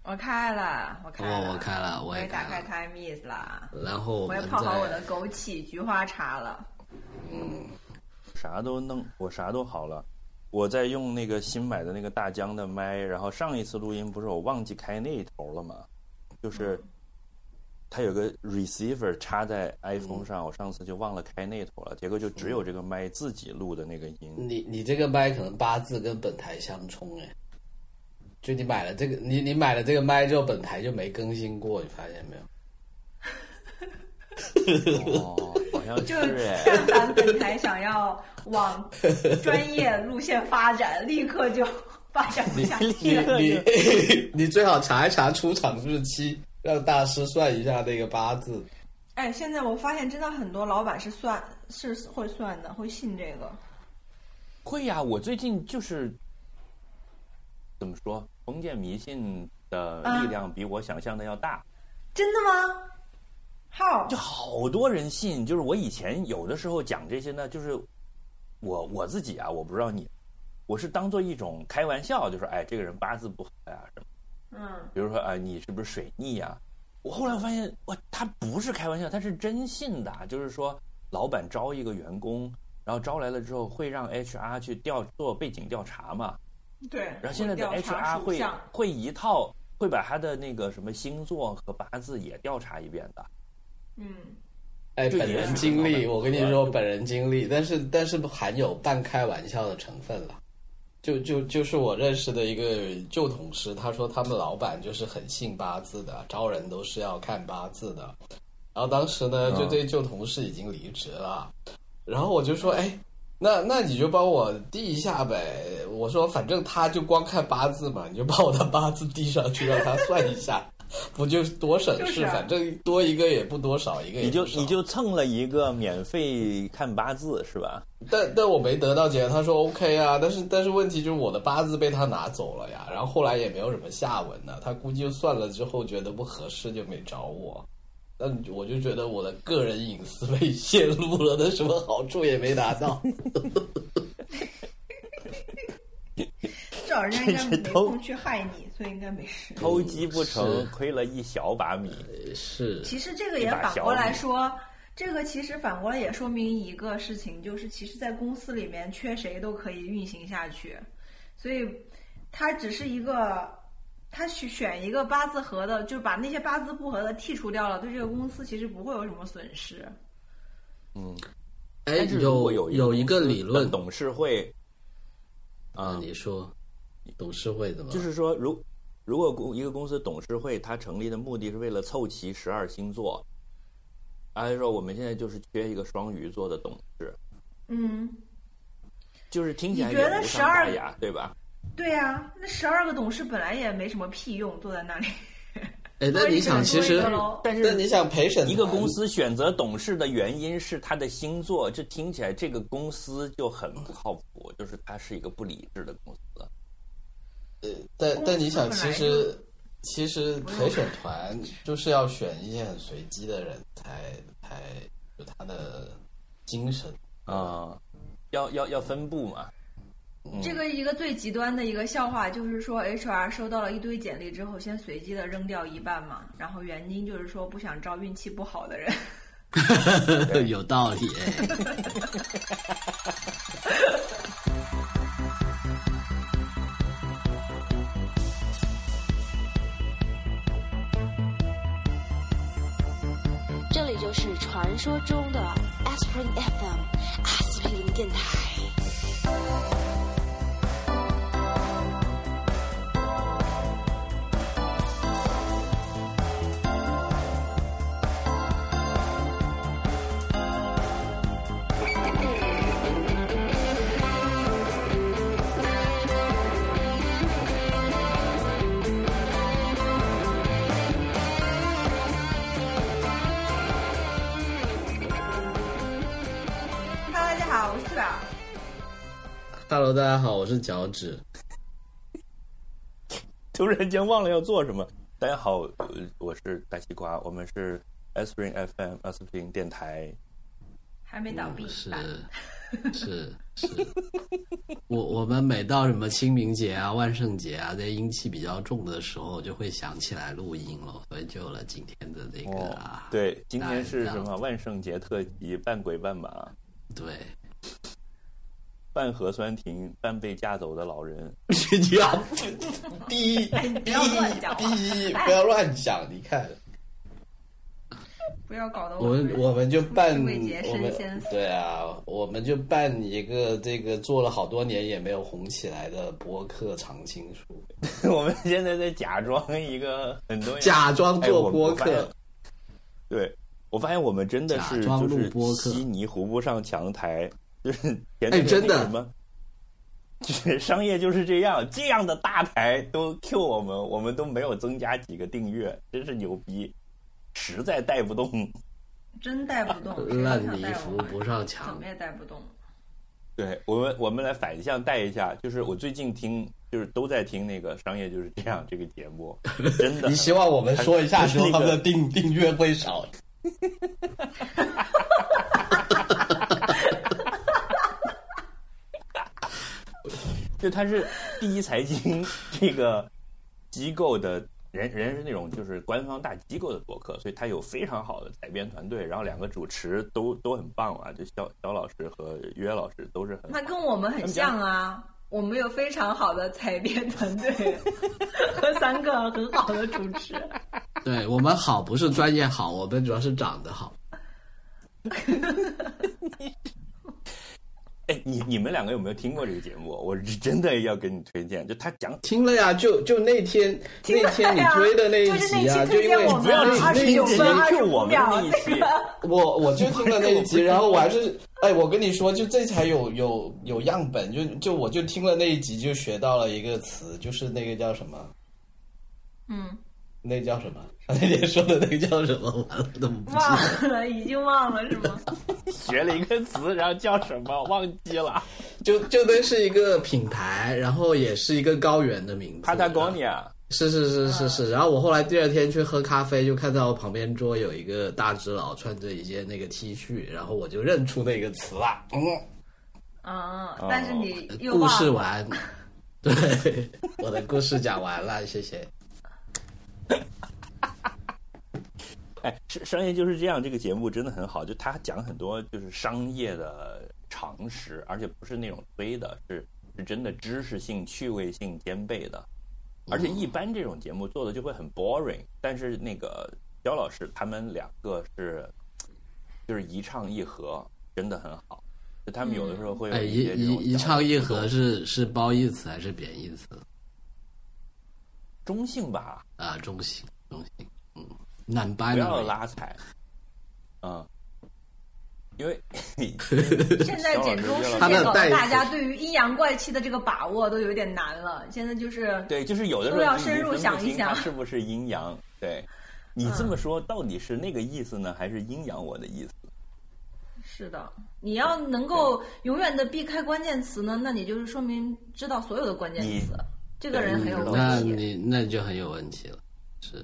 我开了， 我也打开 Time Is 了， 然后我也泡好我的枸杞菊花茶了。 啥都弄，我啥都好了。我在用那个新买的那个大疆的麦，然后上一次录音不是我忘记开那一头了吗？就是它有个 receiver 插在 iPhone 上，我上次就忘了开那头了，结果就只有这个麦自己录的那个音。 你这个麦可能八字跟本台相冲哎，就你买了这个，你买了这个麦之后，本台就没更新过，你发现没有？ 哦，好像是哎。 但凡本台想要往专业路线发展，立刻就发展不下去了。 你最好查一查出厂日期，让大师算一下那个八字。 哎，现在我发现真的很多老板是会算的，会信这个。 会呀，我最近就是怎么说，封建迷信的力量比我想象的要大。 真的吗？ 就好多人信，就是我以前有的时候讲这些呢，就是我自己啊，我不知道你，我是当做一种开玩笑，就说哎，这个人八字不好呀什么，比如说你是不是水逆呀？我后来发现哇，他不是开玩笑，他是真信的，就是说老板招一个员工，然后招来了之后会让 HR 去做背景调查嘛， 对， 然后现在的 HR 会一套会把他的那个什么星座和八字也调查一遍的。 哎，本人经历，我跟你说，本人经历，但是含有半开玩笑的成分了。就是我认识的一个旧同事，他说他们老板就是很信八字的，招人都是要看八字的。然后当时呢，就这旧同事已经离职了，然后我就说，哎，那你就帮我递一下呗。我说反正他就光看八字嘛，你就把我的八字递上去，让他算一下。不就多省事，反正多一个也不多，少一个也不少。 你就蹭了一个免费看八字是吧？ 但我没得到结果，他说 OK 啊，但是问题就是我的八字被他拿走了呀，然后后来也没有什么下文呢。他估计就算了之后觉得不合适就没找我。那我就觉得我的个人隐私被泄露了，那什么好处也没拿到。 至少人家应该没空去害你，所以应该没事。 偷鸡不成亏了一小把米。 是。 其实这个也反过来说，这个其实反过来也说明一个事情，就是其实在公司里面缺谁都可以运行下去，所以它只是一个，他选一个八字合的，就把那些八字不合的剔除掉了，对这个公司其实不会有什么损失。 哎，有一个理论， 董事会你说董事会怎么？ 就是说，如果一个公司董事会它成立的目的是为了凑齐12星座，还是说我们现在就是缺一个双鱼座的董事？就是听起来也无伤大雅，对吧？ 对呀，那12个董事本来也没什么屁用，坐在那里。 哎，那你想，其实， 但是你想陪审团一个公司选择董事的原因是他的星座，这听起来这个公司就很不靠谱，就是它是一个不理智的公司。 但你想，其实陪审团就是要选一些很随机的人才有他的精神要分布嘛。 这个一个最极端的一个笑话就是说 HR 收到了一堆简历之后，先随机的扔掉一半嘛，然后原因就是说不想招运气不好的人。 有道理。 这里就是传说中的 Aspirin FM 阿司匹林电台。 Hello， 大家好，我是脚趾。 突然间忘了要做什么。大家好，我是大西瓜，我们是 Aspirin FM 阿司匹林电台。 还没倒闭。 是是，我们每到什么清明节啊、万圣节啊，在阴气比较重的时候，就会想起来录音了，所以就有了今天的这个对，今天是什么万圣节特辑，半鬼半马。 对。 半核酸亭，半被架走的老人。 你要逼，不要乱讲， 不要乱讲。你看， 不要搞得我们就办我们对啊，我们就办一个这个做了好多年也没有红起来的播客常青树。 我们现在在假装一个很多假装做播客。 对，我发现我们真的是就是稀泥糊不上墙台。就是真的什么，就是商业就是这样的大台都 Q 我们都没有增加几个订阅，真是牛逼，实在带不动， 真带不动， 烂泥扶不上墙， 怎么也带不动。 对，我们来反向带一下，就是我最近听，就是都在听那个商业就是这样这个节目，真的。 你希望我们说一下，说他们的订阅会少？ 就他是第一财经这个机构的人是那种就是官方大机构的博客，所以他有非常好的采编团队，然后两个主持都很棒啊，就肖老师和约老师都是很好。 那跟我们很像啊，我们有非常好的采编团队和3个很好的主持。 对，我们好不是专业好，我们主要是长得好。 哎，你们两个有没有听过这个节目？我是真的要给你推荐，就他讲听了呀，就那天你追的那一集啊，就因为你不要只听 25 我们的那一集， 我就听了那一集，然后我还是我跟你说，就这才有样本，就我就听了那一集，就学到了一个词，就是那个叫什么？那叫什么？那天说的那个叫什么？完了都不记得忘了，已经忘了是吗？ 学了一个词，然后叫什么忘记了？ 就那是一个品牌，然后也是一个高原的名字。 Patagonia。 是。然后我后来第二天去喝咖啡，就看到旁边桌有一个大只佬穿着一件那个 T 恤，然后我就认出那个词了。 但是你又故事完，对，我的故事讲完了，谢谢。 商业就是这样，这个节目真的很好，就他讲很多就是商业的常识，而且不是那种堆的，是真的知识性、趣味性兼备的。而且一般这种节目做的就会很 boring， 但是那个焦老师他们两个就是一唱一和，真的很好。就他们有的时候会有一些这种一唱一和是褒义词还是贬义词？ 中性吧？ 中性。难掰， 不要拉踩。因为现在简中世界搞得大家对于阴阳怪气的这个把握都有点难了。现在就是对，就是有的时候都要深入想一想， 它是不是阴阳？对，你这么说到底是那个意思呢，还是阴阳我的意思？ 是的，你要能够永远的避开关键词呢，那你就是说明知道所有的关键词，这个人很有问题。 那就很有问题了，是。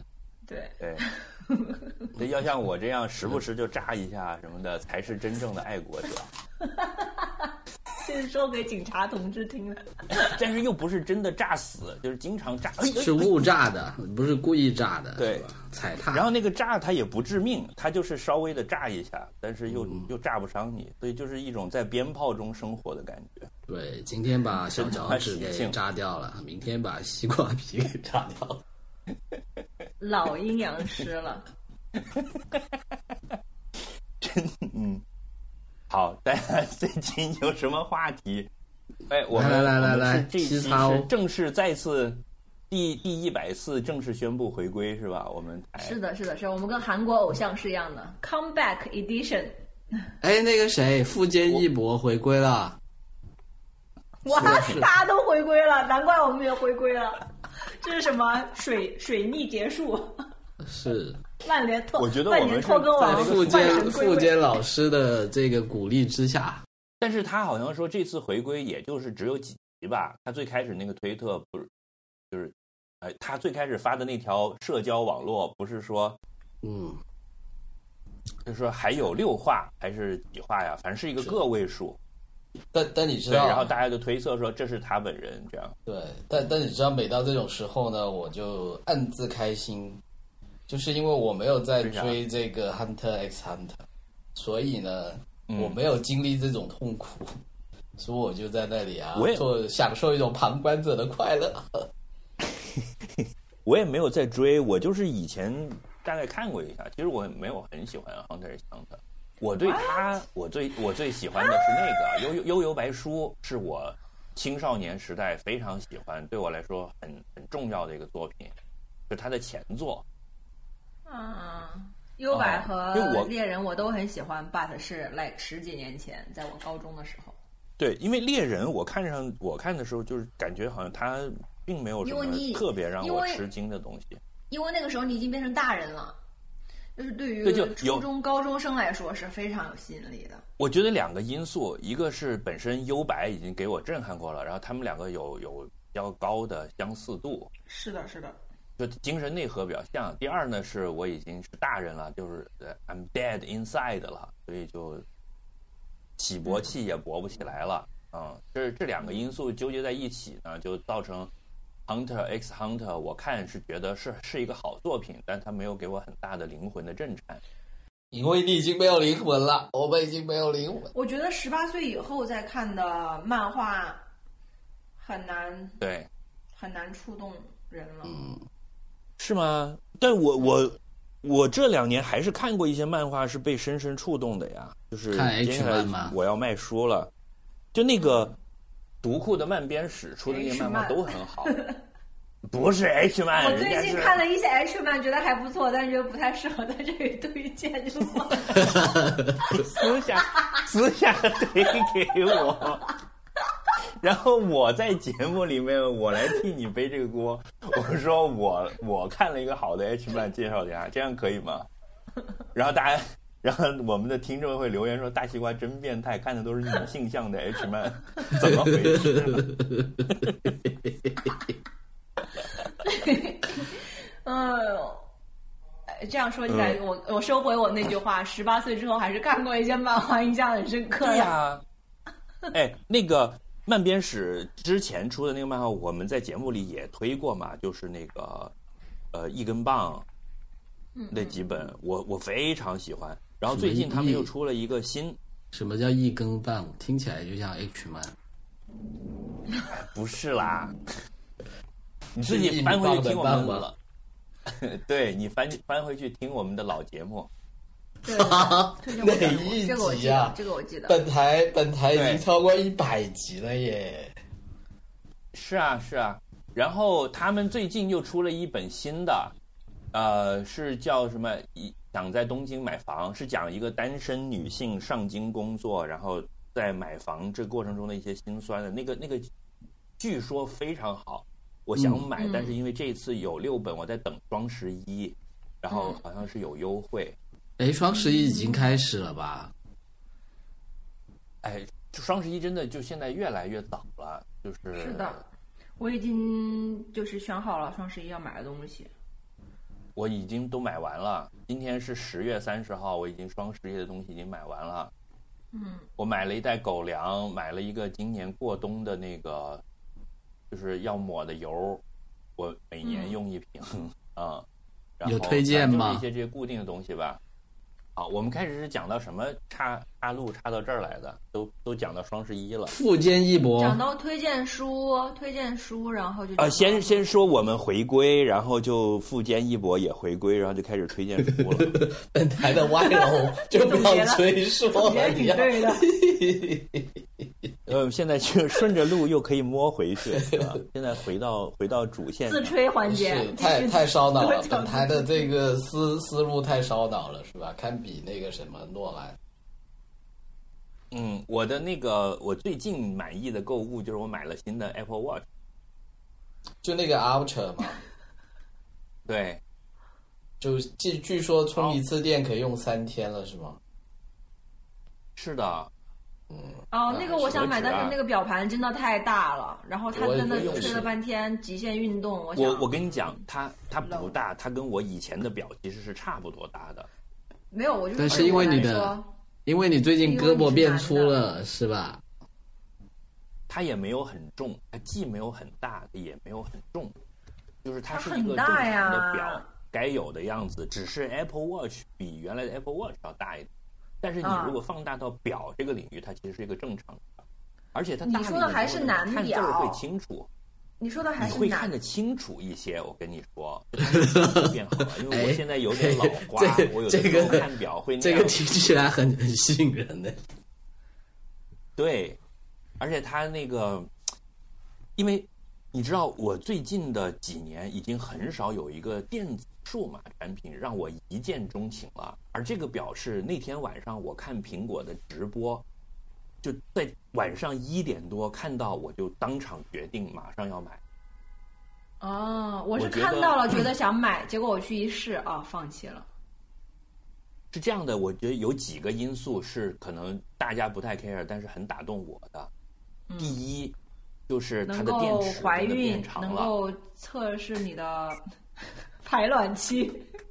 对，要像我这样时不时就炸一下什么的，才是真正的爱国者。 这是说给警察同志听的， 但是又不是真的炸死，就是经常炸， 是误炸的，不是故意炸的， 对， 踩踏。 然后那个炸它也不致命，它就是稍微的炸一下，但是又炸不伤你，所以就是一种在鞭炮中生活的感觉。 对，今天把小脚趾给炸掉了，明天把西瓜皮给炸掉了。 老阴阳师了。 好，大家最近有什么话题？我们来， 这期是正式再次第100次正式宣布回归是吧？我们是的，我们跟韩国偶像是一样的 Comeback Edition。 那个谁，富坚义博回归了。 哇，大家都回归了，难怪我们也回归了。这是什么水逆结束？ 是万年拖， 我觉得我们拖更王富坚老师的这个鼓励之下， 但是他好像说这次回归也就是只有几集吧。他最开始那个推特不是就是他最开始发的那条社交网络不是说就是说还有6话还是几话呀，反正是一个个位数。 但你知对， 道， 然后大家就推测说这是他本人这样。 对，但你知道，每到这种时候呢，我就暗自开心，就是因为我没有在追这个 Hunter x Hunter， 所以呢，我没有经历这种痛苦，所以我就在那里享受一种旁观者的快乐。 我也没有在追，我就是以前大概看过一下，其实我没有很喜欢 Hunter x Hunter。我对他，我最喜欢的是那个悠悠白书，是我青少年时代非常喜欢，对我来说很重要的一个作品，就是他的前作。 幽白和猎人我都很喜欢 ，but 是10几年前，在我高中的时候。 对，因为猎人我看的时候，就是感觉好像他并没有什么特别让我吃惊的东西。 因为那个时候你已经变成大人了。就是对于初中、高中生来说是非常有吸引力的。 我觉得两个因素，一个是本身幽白已经给我震撼过了，然后他们两个有比较高的相似度。 是的，是的。 就精神内核比较像。第二呢，是我已经是大人了，就是 I'm dead inside 了，所以就起搏器也搏不起来了。这两个因素纠结在一起呢，就造成Hunter x Hunter， 我看是觉得是一个好作品，但它没有给我很大的灵魂的震撼。 因为你已经没有灵魂了，我们已经没有灵魂。 我觉得18岁以后再看的漫画很难触动人了。 是吗？但我这2年还是看过一些漫画是被深深触动的呀，就是看接下来我要卖书了，就那个读库的漫编史出的那些漫画都很好。不是 H 漫， 我最近看了一些 H 漫，觉得还不错，但是觉得不太适合在这里推荐，就算了。 私下推给我，然后我在节目里面我来替你背这个锅。我说我看了一个好的 H 漫，介绍给他，这样可以吗？然后我们的听众会留言说大西瓜真变态，看的都是女性向的 H 漫，怎么回事？ 这样说起来，我收回我那句话，18岁之后还是看过一些漫画，印象很深刻。 对呀，那个漫编史之前出的那个漫画，我们在节目里也推过嘛，就是那个一根棒那几本，我非常喜欢。然后最近他们又出了一个新， 什么叫一根棒？听起来就像 H 漫。 不是啦，你自己翻回去听我们了。对，你翻回去听我们的老节目。 对， 哪一集啊？ 这个我记得。 本台已经超过100集了耶。 是啊。然后他们最近又出了一本新的，是叫什么？想在东京买房，是讲一个单身女性上京工作，然后在买房这过程中的一些辛酸的。那个，据说非常好。我想买，但是因为这次有6本，我在等双11，然后好像是有优惠。 双11已经开始了吧？ 双11真的就现在越来越早了，是的，我已经就是选好了双11要买的东西。 我已经都买完了，今天是10月30号，我已经双11的东西已经买完了。我买了一袋狗粮，买了一个今年过冬的那个就是要抹的油，我每年用1瓶然后有推荐吗？ 就是一些这些固定的东西吧。好，我们开始是讲到什么插路插到这儿来的，都讲到双11了。 富坚义博讲到推荐书，然后就先说我们回归，然后就富坚义博也回归，然后就开始推荐书了。 本台的歪楼就不要追说了， 你对的。 现在就顺着路又可以摸回去，是吧？现在回到主线自吹环节， 太烧脑了。本台的这个思路太烧脑了，是吧？堪比那个什么诺兰。 我的那个我最近满意的购物就是我买了新的 Apple Watch， 就那个 Ultra 嘛。 对， 就据说充一次电可以用3天了，是吗？ 是的。 那个我想买，但是那个表盘真的太大了，然后它真的吹了半天极限运动。 我跟你讲，它不大，它跟我以前的表其实是差不多大的。 没有，我就但是因为你最近胳膊变粗了，是吧？ 它也没有很重，它既没有很大，也没有很重，就是它是一个正它很大呀常的表该有的样子，只是 Apple Watch 比原来的 Apple Watch 要大一点。但是你如果放大到表这个领域，它其实是一个正常的，而且它大你说的还是男看字表会清楚。 你说的还是你会看得清楚一些，我跟你说，变好了，因为我现在有点老花，我有的时候看表会那样。 这个听起来很吸引人的。 对，而且它那个，因为你知道，我最近的几年已经很少有一个电子数码产品让我一见钟情了，而这个表是那天晚上我看苹果的直播。就在晚上1点多看到，我就当场决定马上要买。 哦，我是看到了，觉得想买，结果我去一试啊，放弃了。 是这样的，我觉得有几个因素是可能大家不太 care， 但是很打动我的。第一，就是它的电池怀孕变长了， 能够测试你的排卵期。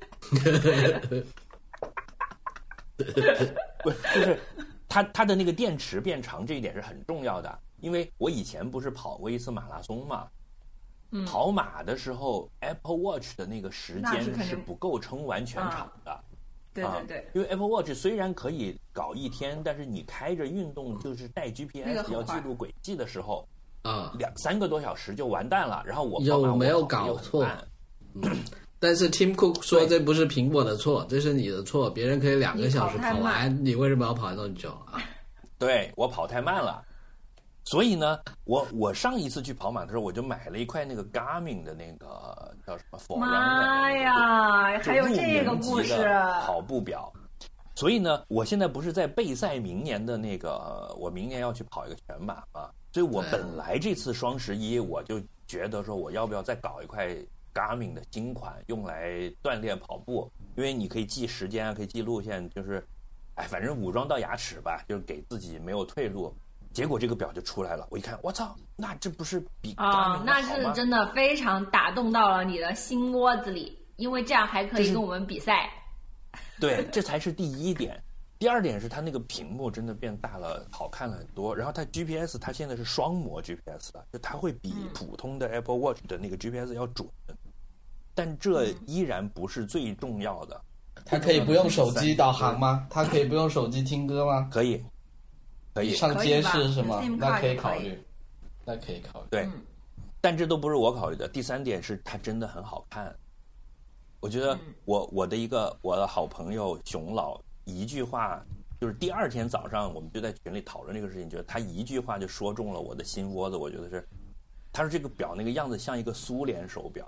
不就是它的那个电池变长，这一点是很重要的。因为我以前不是跑过一次马拉松嘛，跑马的时候 Apple Watch 的那个时间是不够撑完全场的。 对对对， 因为 Apple Watch 虽然可以搞一天，但是你开着运动就是带 GPS 要记录轨迹的时候，2-3个多小时就完蛋了。然后我有没有搞错？但是 Tim Cook 说这不是苹果的错，这是你的错。别人可以2个小时跑完，你为什么要跑那么久啊？ 对，我跑太慢了。所以呢，我上一次去跑马的时候，我就买了一块那个 Garmin 的那个叫什么 Forerunner， 妈呀，还有这个故事， 跑步表。所以呢，我现在不是在备赛明年的那个，我明年要去跑一个全马嘛。所以我本来这次双11，我就觉得说我要不要再搞一块 Garmin 的新款，用来锻炼跑步，因为你可以记时间啊，可以记路线，就是反正武装到牙齿吧，就是给自己没有退路。结果这个表就出来了，我一看，我操，那这不是比 Garmin 好吗？ 那是真的非常打动到了你的心窝子里，因为这样还可以跟我们比赛。 对，这才是第一点。第二点是它那个屏幕真的变大了，好看了很多。然后它 GPS 它现在是双模 GPS 了，就它会比普通的 Apple Watch 的那个 GPS 要准。但这依然不是最重要的。 它可以不用手机导航吗？它可以不用手机听歌吗？ 可以。 上街市是吗？那可以考虑。对，但这都不是我考虑的。第3点是它真的很好看。我觉得我的好朋友熊老一句话，就是第2天早上我们就在群里讨论这个事情，觉得他一句话就说中了我的心窝子。我觉得是，他说这个表那个样子像一个苏联手表。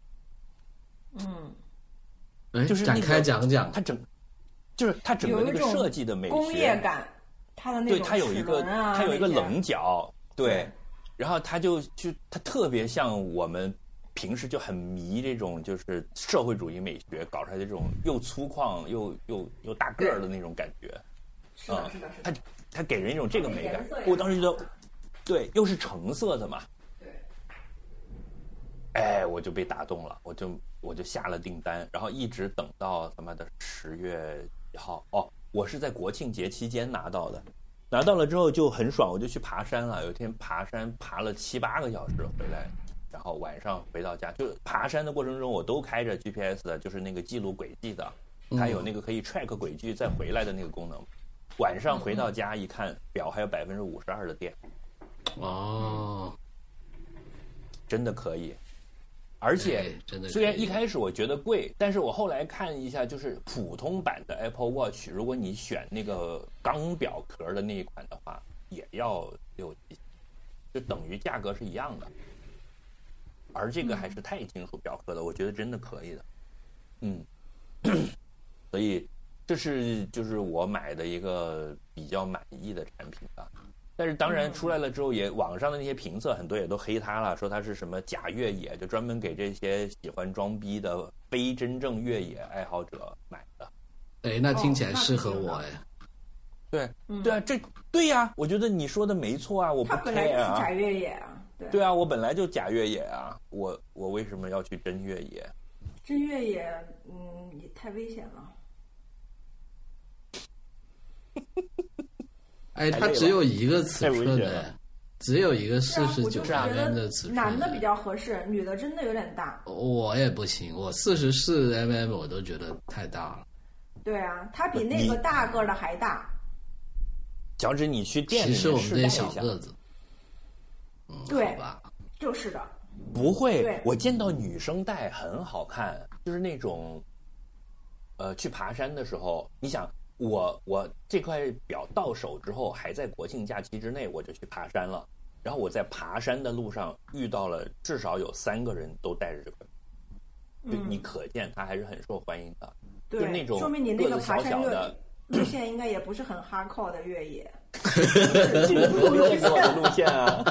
就是展开讲讲， 它整个那个设计的美学， 工业感。 对，它有一个棱角，对，然后它特别像我们平时就很迷这种就是社会主义美学搞出来的这种又粗犷又大个儿的那种感觉。 是的。 它给人一种这个美感。我当时觉得，对，又是橙色的嘛。对。我就被打动了，我就下了订单，然后一直等到他妈的10月1号。我是在国庆节期间拿到的，拿到了之后就很爽，我就去爬山了。有一天爬山爬了7-8个小时回来，然后晚上回到家，就爬山的过程中我都开着 GPS 的，就是那个记录轨迹的，它有那个可以 track 轨迹再回来的那个功能。晚上回到家一看，表还有52%的电。真的可以。而且虽然一开始我觉得贵，但是我后来看一下，就是普通版的 Apple Watch， 如果你选那个钢表壳的那一款的话，也要6-7，就等于价格是一样的。而这个还是钛金属表壳的，我觉得真的可以的。所以这是就是我买的一个比较满意的产品吧。但是当然出来了之后，也网上的那些评测很多也都黑它了，说它是什么假越野，就专门给这些喜欢装逼的非真正越野爱好者买的。 那听起来适合我对啊，对呀，我觉得你说的没错啊，我不 care 啊。 他本来就是假越野啊。 对啊，我本来就假越野啊，我为什么要去真越野？ 真越野，也太危险了。 它只有一个尺寸的。 只有一个49 我就觉 mm 得的尺寸， 男的比较合适，女的真的有点大。 我也不行，我44 mm 我都觉得太大了。 对啊，它比那个大个的还大。 脚趾，你去店里其实我们这些小试戴一下个子， 对好吧， 就是的。 不会对， 我见到女生戴很好看，就是那种，去爬山的时候，你想我这块表到手之后，还在国庆假期之内，我就去爬山了。然后我在爬山的路上遇到了至少有3个人都戴着这块，就你可见它还是很受欢迎的。 对， 就是那种说明你那个个子爬山小小的路线应该也不是很 hardcore 的越野。 路线过的路线啊，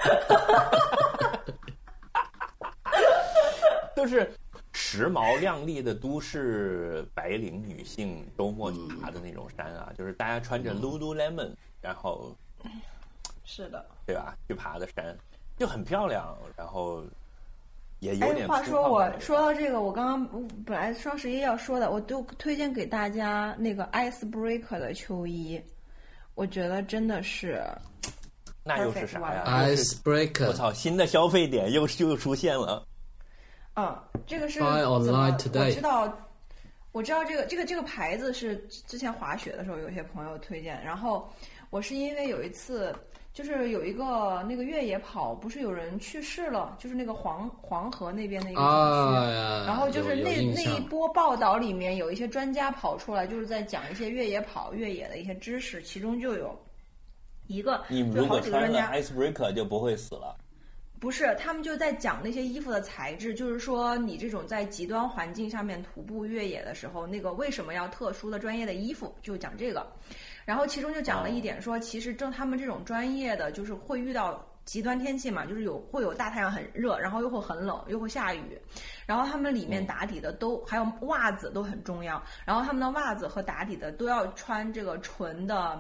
都是时髦靓丽的都市白领女性周末去爬的那种山啊，就是大家穿着 Lululemon， 然后是的， 对吧？去爬的山就很漂亮，然后也有点。 话说我说到这个，我刚刚本来双11要说的，我都推荐给大家那个 Icebreaker 的秋衣，我觉得真的是。 那又是啥呀 ？Icebreaker， 我操，新的消费点又出现了。 这个是 Buy online today。 我知道这个牌子是之前滑雪的时候有一些朋友推荐，然后我是因为有一次就是有一个那个越野跑，不是有人去世了，就是那个黄河那边的一个景区，然后就是那一波报道里面有一些专家跑出来，就是在讲一些越野的一些知识，其中就有一个， 你如果穿了 Icebreaker 就不会死了。 不是，他们就在讲那些衣服的材质，就是说你这种在极端环境下面徒步越野的时候，那个为什么要特殊的专业的衣服，就讲这个。然后其中就讲了一点说，其实他们这种专业的就是会遇到极端天气嘛，就是会有大太阳很热，然后又会很冷，又会下雨，然后他们里面打底的还有袜子都很重要，然后他们的袜子和打底的都要穿这个纯的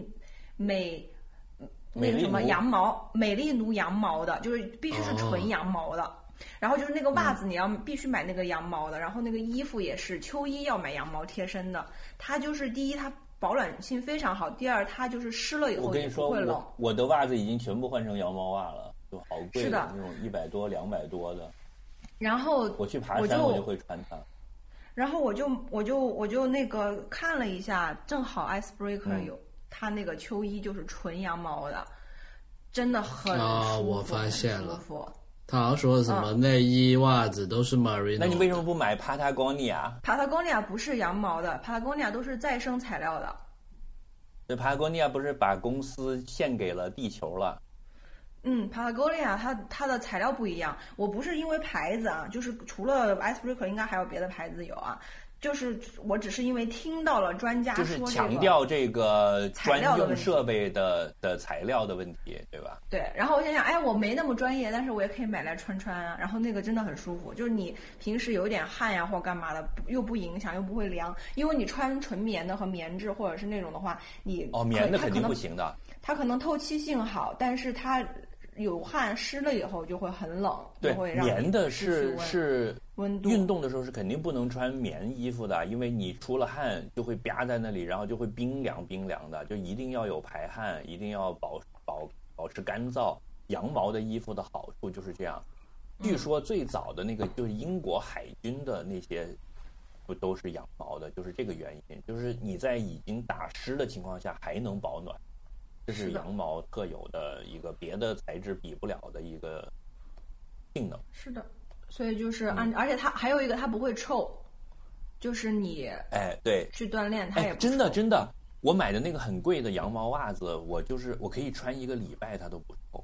那个什么羊毛，美丽奴羊毛的，就是必须是纯羊毛的。然后就是那个袜子你要必须买那个羊毛的，然后那个衣服也是秋衣要买羊毛贴身的。它就是第一，它保暖性非常好；第二，它就是湿了以后也不会冷。 我的袜子已经全部换成羊毛袜了，就好贵的那种100多、200多的。 然后我去爬山我就会穿它。 然后我就那个看了一下，正好 Icebreaker 有。它那个秋衣就是纯羊毛的，真的很舒服。 我发现了，他好像说什么内衣、袜子都是 Merino。 那你为什么不买 Patagonia？Patagonia 不是羊毛的 ，Patagonia 都是再生材料的。 对 ，Patagonia 不是把公司献给了地球了 ？Patagonia 它的材料不一样。我不是因为牌子啊，就是除了 Icebreaker 应该还有别的牌子有啊。就是我只是因为听到了专家说就是强调这个专用设备的材料的问题，对吧？ 对，然后我想想，我没那么专业，但是我也可以买来穿啊。然后那个真的很舒服，就是你平时有点汗呀或干嘛的，又不影响，又不会凉。因为你穿纯棉的和棉质或者是那种的话， 棉的肯定不行的。 它可能透气性好，但是它有汗湿了以后就会很冷， 对， 会让棉的是温度。 运动的时候是肯定不能穿棉衣服的，因为你出了汗就会吧在那里，然后就会冰凉的，就一定要有排汗，一定要保持干燥。羊毛的衣服的好处就是这样。据说最早的那个就是英国海军的那些不都是羊毛的，就是这个原因，就是你在已经打湿的情况下还能保暖。这是羊毛特有的一个别的材质比不了的一个性能。 是的，所以就是而且它还有一个，它不会臭，就是你对去锻炼它也不臭。真的，我买的那个很贵的羊毛袜子，我可以穿1个礼拜它都不臭。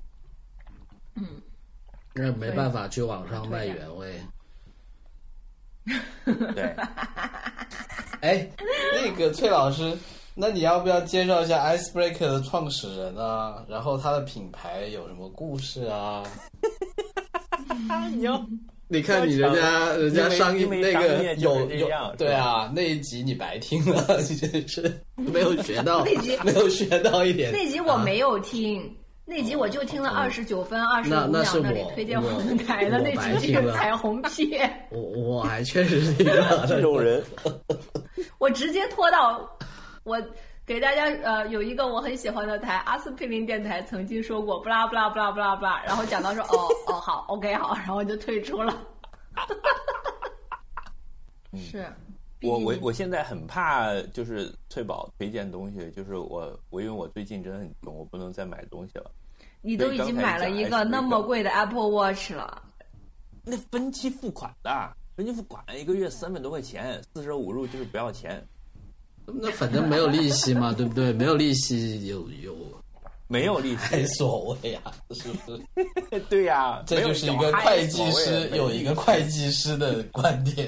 那没办法去网上卖原味。 对。 那个崔老师。那你要不要介绍一下 Icebreaker 的创始人啊？然后他的品牌有什么故事啊？你看人家上映那个有对啊，那一集你白听了，你真是没有学到，没有学到一点。 那集我没有听，那集我就听了29分25秒那里推荐我们台的那集彩虹屁。 我还确实是一个这种人， 我直接拖到。我给大家有一个我很喜欢的台，阿司匹林电台曾经说过不啦不啦不啦不啦不啦，然后讲到说哦好 OK 好，然后就退出了。 是。 我现在很怕，就是翠宝推荐东西，就是我因为我最近真的很穷，我不能再买东西了。 你都已经买了一个那么贵的 Apple Watch 了， 那分期付款的，分期付款1个月300多块钱，45入就是不要钱。 那反正没有利息嘛，对不对？没有利息有没有利息， 还所谓啊，是不是？ 对呀， 这就是一个会计师有一个会计师的观点，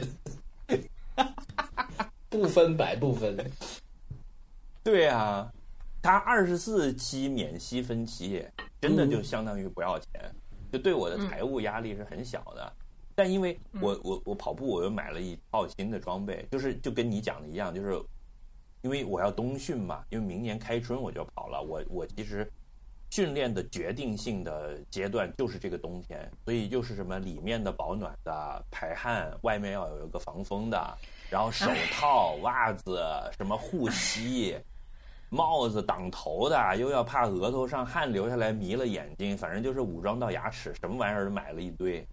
不分白不分。 对啊，他24期免息分期，真的就相当于不要钱，就对我的财务压力是很小的。但因为我跑步，我又买了一套新的装备，就跟你讲的一样，就是因为我要冬训嘛，因为明年开春我就跑了，我其实训练的决定性的阶段就是这个冬天，所以就是什么里面的保暖的排汗，外面要有一个防风的，然后手套、袜子、什么护膝、帽子挡头的，又要怕额头上汗流下来迷了眼睛，反正就是武装到牙齿，什么玩意儿都买了一堆。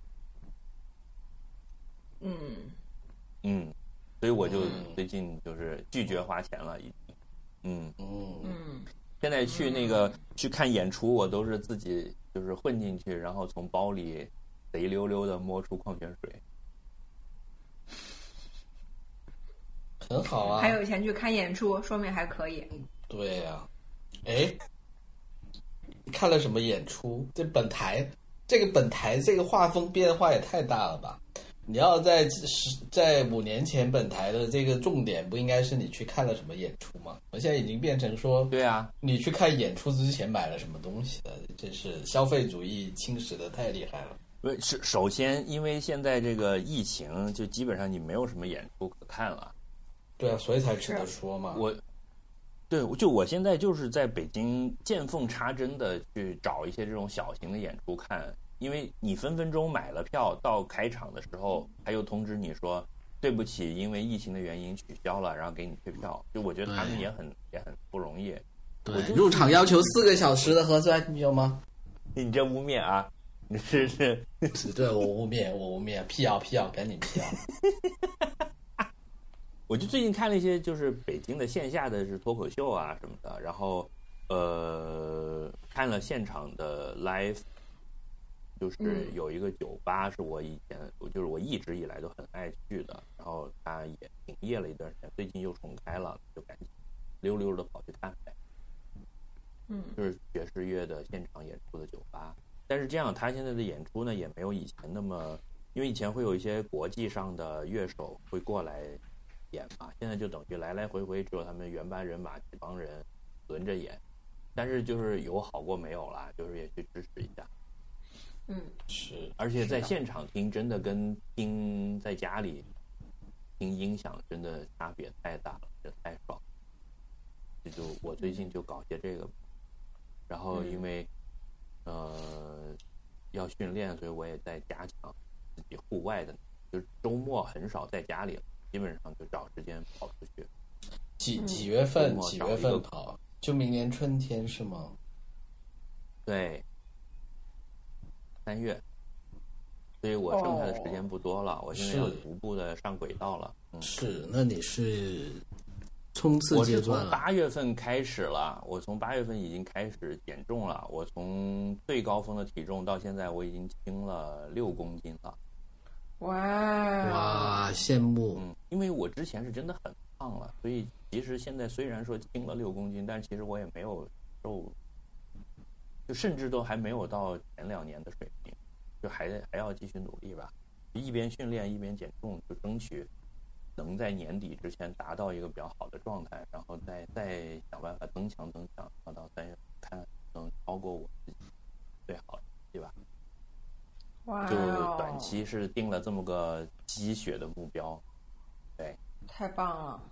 所以我就最近就是拒绝花钱了，已经。现在去看演出，我都是自己就是混进去，然后从包里贼溜溜的摸出矿泉水。 很好啊。 还有钱去看演出，说明还可以。 对呀。哎，看了什么演出？这个本台这个画风变化也太大了吧？你要在5年前本台的这个重点不应该是你去看了什么演出吗？我现在已经变成说， 对啊， 你去看演出之前买了什么东西了？这是消费主义侵蚀的太厉害了。 首先，因为现在这个疫情，就基本上你没有什么演出可看了。 对啊，所以才值得说嘛。 我现在就是在北京见缝插针的去找一些这种小型的演出看。因为你分分钟买了票，到开场的时候他又通知你说对不起，因为疫情的原因取消了，然后给你退票。就我觉得他们也很不容易。 对，入场要求4个小时的核酸，你有吗？ 你这污蔑啊！你是对，我污蔑，辟谣，赶紧辟谣。 我就最近看了一些就是北京的线下的是脱口秀啊什么的，然后看了现场的 live。就是有一个酒吧是我以前就是我一直以来都很爱去的，然后它也停业了一段时间，最近又重开了，就赶紧溜溜的跑去看呗。就是爵士乐的现场演出的酒吧，但是这样他现在的演出呢也没有以前那么，因为以前会有一些国际上的乐手会过来演嘛，现在就等于来来回回只有他们原班人马几帮人轮着演，但是就是有好过没有啦，就是也去支持一下。 是， 而且在现场听真的跟听在家里听音响真的差别太大了，这太爽。就我最近就搞些这个，然后因为要训练，所以我也在加强自己户外的，就是周末很少在家里了，基本上就找时间跑出去。 几月份跑？就明年春天是吗？ 对。3月，所以我剩下的时间不多了，我现在要逐步的上轨道了。 是，那你是冲刺阶段了。 我是从8月份开始了，我从8月份已经开始减重了，我从最高峰的体重到现在我已经轻了6公斤了。 哇，羡慕。 因为我之前是真的很胖了，所以其实现在虽然说轻了6公斤，但其实我也没有瘦。就甚至都还没有到前2年的水平，就还要继续努力吧，一边训练一边减重，就争取能在年底之前达到一个比较好的状态，然后再想办法增强，到3月看能超过我自己最好，对吧？ 哇， 就短期是定了这么个积雪的目标，对， 太棒了。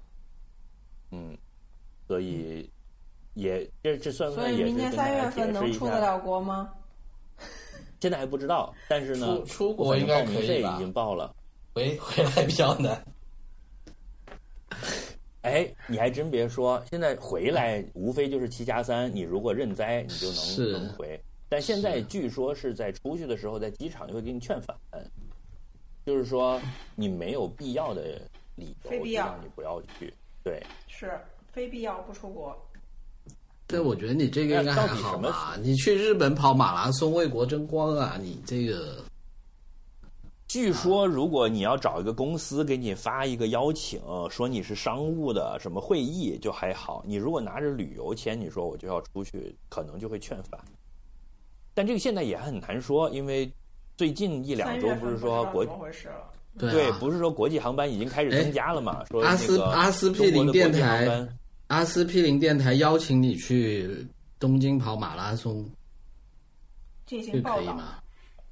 所以。这算不算也是？ 所以明年3月份能出得了国吗？ 现在还不知道，但是呢， 出国应该可以吧？ 已经报了， 回来比较难。 哎，你还真别说，现在回来无非就是7+3，你如果认栽，你就能回。但现在据说是在出去的时候，在机场就会给你劝返，就是说你没有必要的理由让你不要去。对， 是非必要不出国。 对，我觉得你这个应该还好吧？你去日本跑马拉松为国争光啊，你这个。 据说，如果你要找一个公司给你发一个邀请，说你是商务的什么会议，就还好。你如果拿着旅游签，你说我就要出去，可能就会劝返。但这个现在也很难说，因为最近1-2周不是说对，不是说国际航班已经开始增加了嘛？说阿司匹林电台邀请你去东京跑马拉松进行报道吗？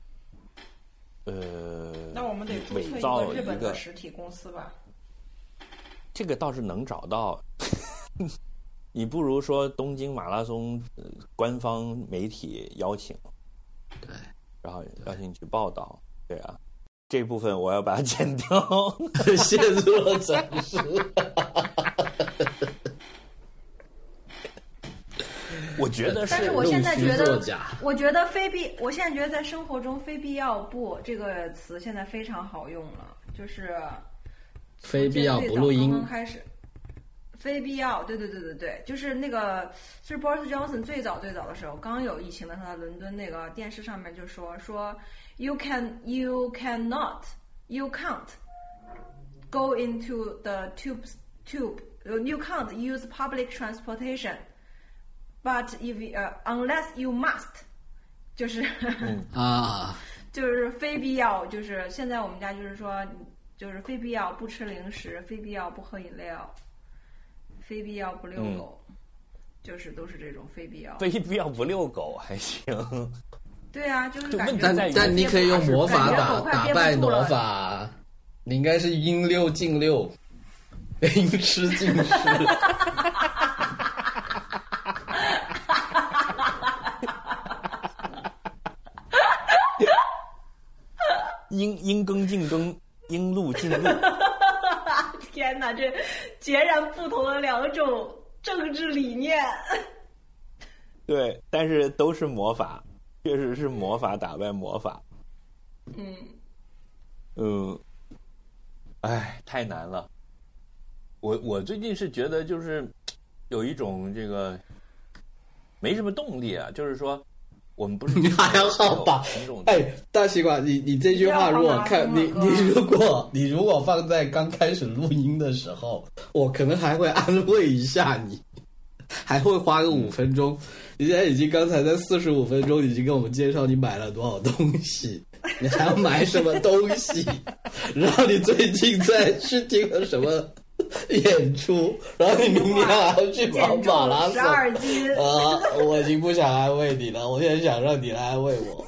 那我们得注册一个日本的实体公司吧？ 这个倒是能找到。你不如说东京马拉松官方媒体邀请， 对， 然后邀请你去报道，对啊，这部分我要把它剪掉， 陷入了沉思。 我觉得是， 但是我现在觉得，我现在觉得在生活中非必要不这个词现在非常好用了，就是非必要不录音。 刚刚开始，非必要，对，就是那个是 Boris Johnson 最早的时候，刚有疫情的时候，他伦敦那个电视上面就说 you can't go into the tube you can't use public transportation。But if unless you must， 就是就是非必要，就是现在我们家就是说，就是非必要不吃零食，非必要不喝饮料，非必要不遛狗，就是都是这种非必要。 非必要不遛狗还行。 对啊，就是感觉。但你可以用魔法打败魔法，你应该是应六尽六，应吃尽吃。 应耕尽耕，应路尽路。 天哪，这截然不同的两种政治理念。 对，但是都是魔法，确实是魔法打败魔法。哎，太难了。我最近是觉得就是有一种这个没什么动力啊，就是说。我们不是还好吧？哎，大西瓜，你这句话如果看你如果放在刚开始录音的时候，我可能还会安慰一下你，还会花个5分钟。你现在已经刚才在45分钟已经跟我们介绍你买了多少东西，你还要买什么东西，然后你最近再去听了什么演出，然后你明年还要去跑马拉松 ，12斤我已经不想安慰你了，我也想让你来安慰我。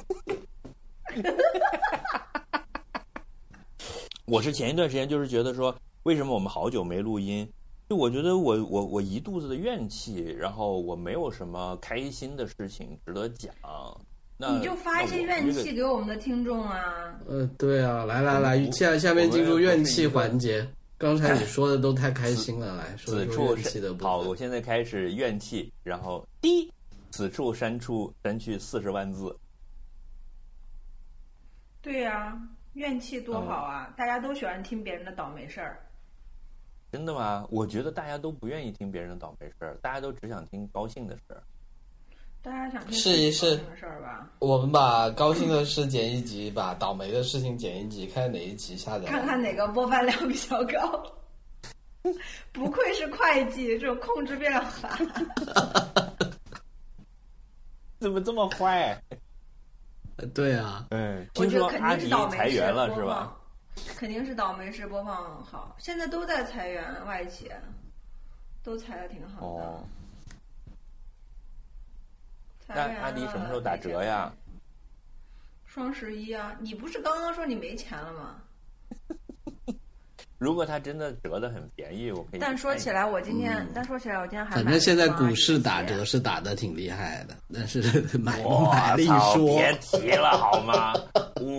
我是前一段时间就是觉得说，为什么我们好久没录音？就我觉得我一肚子的怨气，然后我没有什么开心的事情值得讲。那你就发一些怨气给我们的听众啊。 对啊，来，下面进入怨气环节。刚才你说的都太开心了，来说怨气的部分。 好，我现在开始怨气，然后此处删去40万字。 对呀，怨气多好啊！大家都喜欢听别人的倒霉事儿。 真的吗？我觉得大家都不愿意听别人的倒霉事儿，大家都只想听高兴的事儿。 大家想听试一试高兴的事儿吧？ 我们把高兴的事剪一集，把倒霉的事情剪一集，看哪一集下载， 看看哪个播放量比较高。不愧是会计，这种控制变量法。 怎么这么坏？ 对啊， 听说阿迪裁员了是吧？ 肯定是倒霉事播放好，现在都在裁员，外企都裁的挺好的。 那阿迪什么时候打折呀？ 双11啊！你不是刚刚说你没钱了吗？ 如果他真的折得很便宜，我可以。 但说起来，我今天还反正现在股市打折是打得挺厉害的，但是买力说别提了好吗？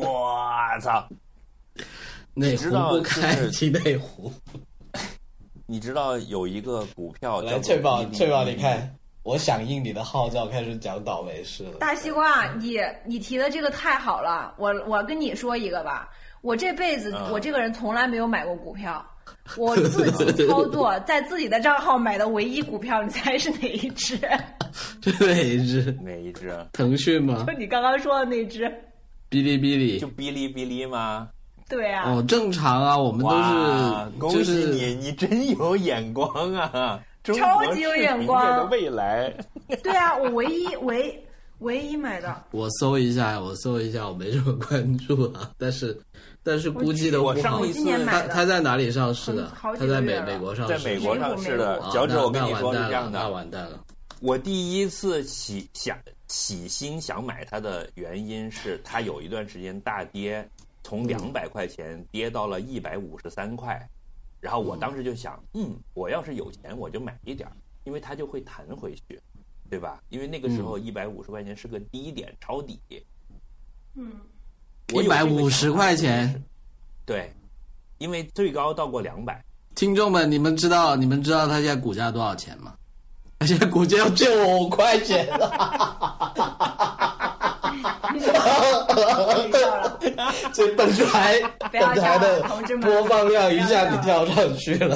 我操！ 内湖不开提内湖。 你知道有一个股票来，翠宝，你看，我响应你的号召，开始讲倒霉事了。 大西瓜，你提的这个太好了，我跟你说一个吧，我这辈子我这个人从来没有买过股票，我自己操作在自己的账号买的唯一股票，你猜是哪一只？ 哪一只？ 腾讯吗？ 就你刚刚说的那只。 哔哩哔哩。 就哔哩哔哩吗？ 对啊。 哦，正常啊，我们都是。 恭喜你，你真有眼光啊！ 超级有眼光的未来。 对啊，我唯一买的。 我搜一下，我没什么关注啊，但是估计的我上一次他在哪里上市的？他在美国上市， 在美国上市的。脚趾，我跟你说是这样的， 那完蛋了。 我第一次起心想买它的原因是，它有一段时间大跌，从200块钱跌到了153块。然后我当时就想，我要是有钱我就买一点，因为它就会弹回去，对吧？因为那个时候150块钱是个低点，抄底。 150块钱， 对，因为最高到过200。 听众们，你们知道它现在股价多少钱吗？它现在股价要9块钱了。所以本台的播放量一下子跳上去了，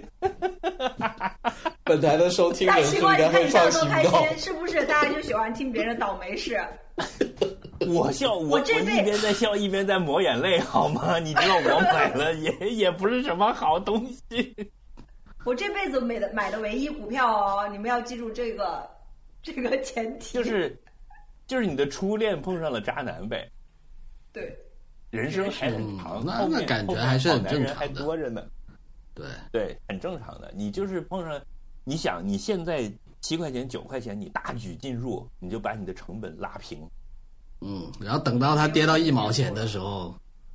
本台的收听人数应该会创新高。 是不是大家就喜欢听别人倒霉事？ 我一边在笑一边在抹眼泪，好吗？你知道我买了也不是什么好东西。 我这辈子买的唯一股票哦，你们要记住这个前提。 就是你的初恋碰上了渣男呗。 对， 人生还很长， 那感觉还是很正常的， 还多着呢。对，很正常的。你就是碰上，你想你现在7块钱9块钱，你大举进入，你就把你的成本拉平。 然后等到它跌到1毛钱的时候，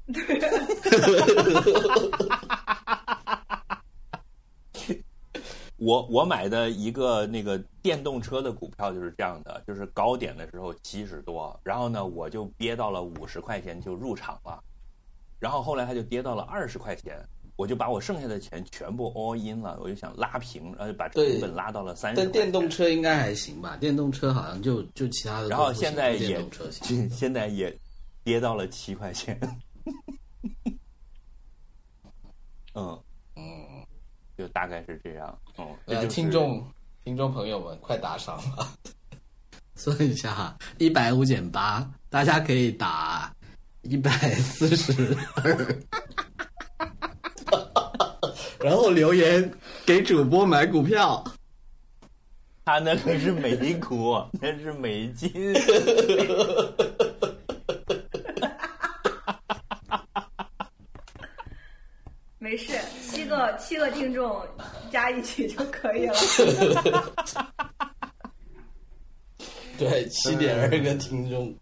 我买的一个那个电动车的股票就是这样的，就是高点的时候70多，然后呢我就憋到了50块钱就入场了，然后后来它就跌到了20块钱，我就把我剩下的钱全部 all in 了，我就想拉平，然后就把成本拉到了30块钱。 但电动车应该还行吧？电动车好像就其他的。 然后现在也跌到了7块钱。就大概是这样。 听众朋友们，快打赏吧！算一下，150减8，大家可以打142，然后留言给主播买股票。 他那个是美股，那是美金。 没事，7个听众加一起就可以了。 对，7.2个听众，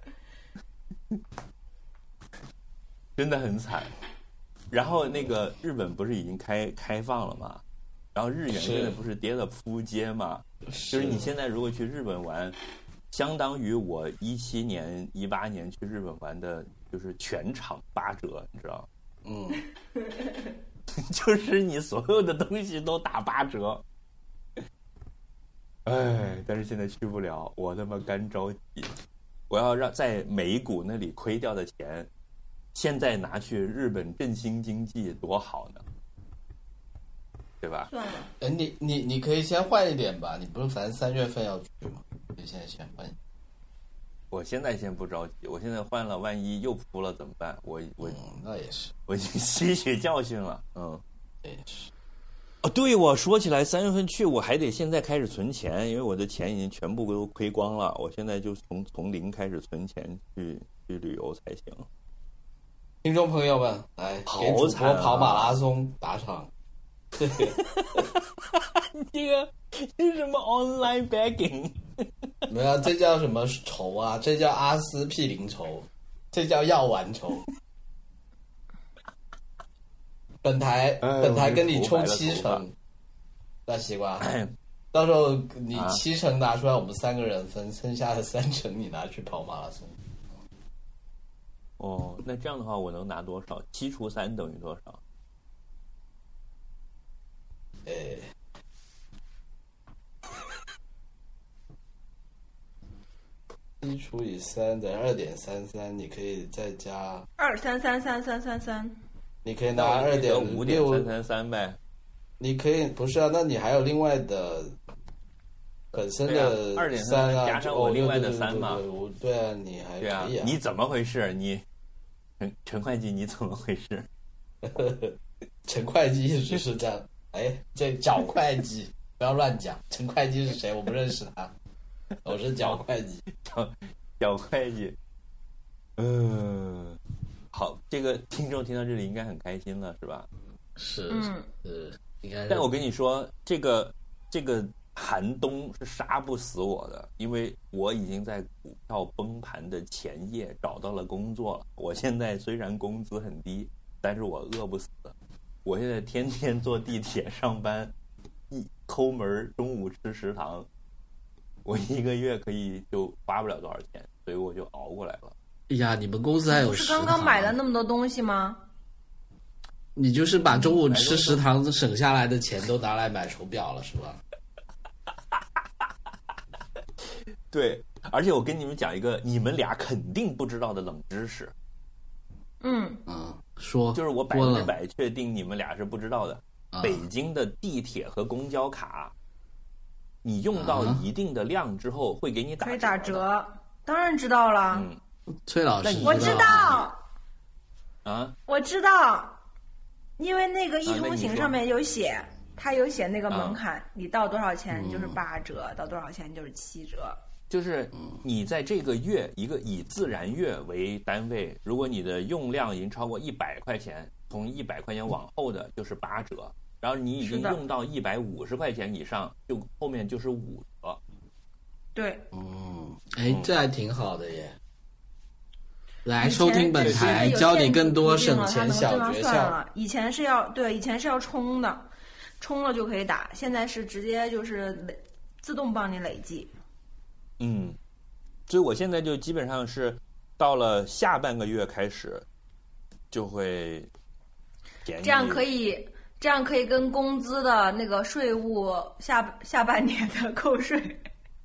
真的很惨。然后那个日本不是已经开放了吗？然后日元现在不是跌到扑街吗？就是你现在如果去日本玩，相当于我17年、18年去日本玩的，就是全场8折，你知道吗？就是你所有的东西都打8折。但是现在去不了，我他妈干着急。我要让在美股那里亏掉的钱，现在拿去日本振兴经济多好呢，对吧？ 算了。 你可以先换一点吧，你不是反正3月份要去吗？你现在先换。 我现在先不着急，我现在换了，万一又扑了怎么办？ 那也是， 我已经吸取教训了。 也是。 对，我说起来3月份去，我还得现在开始存钱，因为我的钱已经全部都亏光了。我现在就从零开始存钱去旅游才行。 听众朋友们，来给主播跑马拉松打赏。 这是什么 online begging？ 没有，这叫什么筹啊？这叫阿司匹林筹，这叫药丸筹。本台跟你抽70%，大西瓜，到时候你70%拿出来，我们3个人分，剩下的30%你拿去跑马拉松。 那这样的话我能拿多少？7除3等于多少？ 7除以3等于2.33，你可以再加 2333333， 你可以拿 5.333呗。 你可以不是啊？那你还有另外的本身的3啊， 加上我另外的3嘛？ 对啊，你还可以啊。 你怎么回事？你陈会计你怎么回事？ 陈会计一直是这样。哎，这脚会计不要乱讲。陈会计是谁？我不认识他。我是脚会计。 脚会计。好，这个听众听到这里应该很开心了，是吧？ 是，应该。 但我跟你说，这个寒冬是杀不死我的，因为我已经在股票崩盘的前夜找到了工作了。我现在虽然工资很低，但是我饿不死。我现在天天坐地铁上班，抠门，中午吃食堂，我1个月可以就花不了多少钱，所以我就熬过来了。 哎呀，你们公司还有食堂？ 不是刚刚买了那么多东西吗？ 你就是把中午吃食堂省下来的钱都拿来买手表了，是吧？ 对，而且我跟你们讲一个你们俩肯定不知道的冷知识。 说就是我100%确定你们俩是不知道的。北京的地铁和公交卡，你用到一定的量之后会给你打折。当然知道了。 崔老师， 我知道。 啊， 我知道。因为那个一通行上面有写，它有写那个门槛，你到多少钱就是8折，到多少钱就是7折。 就是你在这个月一个以自然月为单位，如果你的用量已经超过100块钱，从100块钱往后的就是8折，然后你已经用到150块钱以上，就后面就是5折。 对， 哎，这还挺好的耶。来收听本台，教你更多省钱小诀窍。 以前是要充的，充了就可以打，现在是直接就是自动帮你累计。 所以我现在就基本上是到了下半个月开始就会便宜。 这样可以跟工资的那个税务下半年的扣税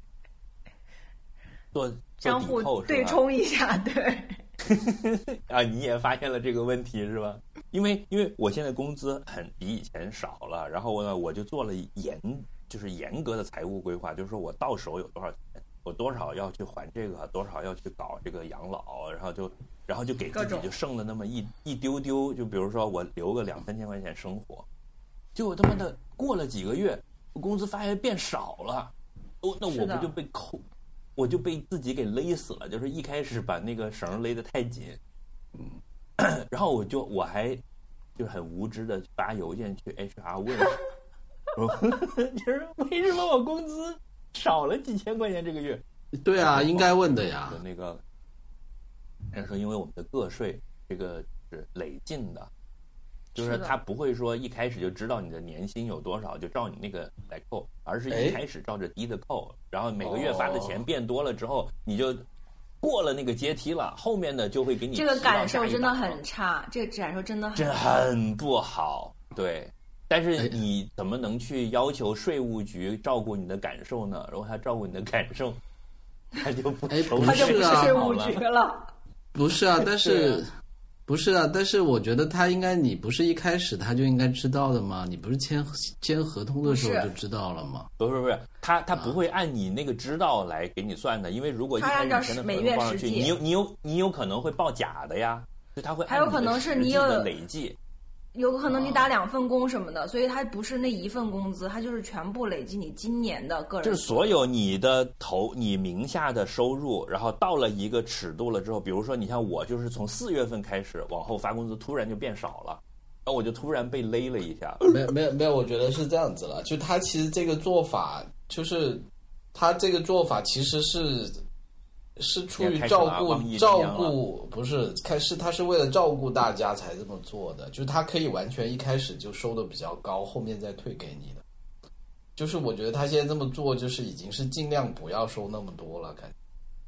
做相互对冲一下，对。 啊，你也发现了这个问题是吧？因为我现在工资比以前少了，然后呢，我就做了严格的财务规划，就是说我到手有多少钱，我多少要去还这个，多少要去搞这个养老，然后就给自己就剩了那么一丢丢，就比如说我留个2-3千块钱生活，结果他妈的过了几个月，我工资发现变少了，那我不就被扣？我就被自己给勒死了，就是一开始把那个绳勒得太紧，然后我还就很无知的发邮件去 HR 问，就是为什么我工资少了几千块钱这个月？ 对啊，应该问的呀。 那个人说，因为我们的个税这个是累进的。就是他不会说一开始就知道你的年薪有多少，就照你那个来扣，而是一开始照着低的扣，然后每个月发的钱变多了之后，你就过了那个阶梯了，后面的就会给你这个感受真的很差，这个感受真的很不好。对，但是你怎么能去要求税务局照顾你的感受呢？如果他照顾你的感受，他就不他就不是税务局了。 不是啊，不是啊，但是我觉得你不是一开始他就应该知道的吗？你不是签合同的时候就知道了吗？ 不是，他不会按你那个知道来给你算的，因为如果一开始签的合同放上去，你有可能会报假的呀，所以他会按你的实际的累计。 有可能你打2份工什么的，所以它不是那1份工资，它就是全部累积你今年的个人。 就是所有你名下的收入，然后到了一个尺度了之后，比如说你像我，就是从4月份开始往后发工资，突然就变少了，然后我就突然被勒了一下。 没有，我觉得是这样子了，就他其实这个做法，就是他这个做法其实是出于照顾，不是他是为了照顾大家才这么做的，就是他可以完全一开始就收的比较高，后面再退给你的。就是我觉得他现在这么做，就是已经是尽量不要收那么多了，感觉。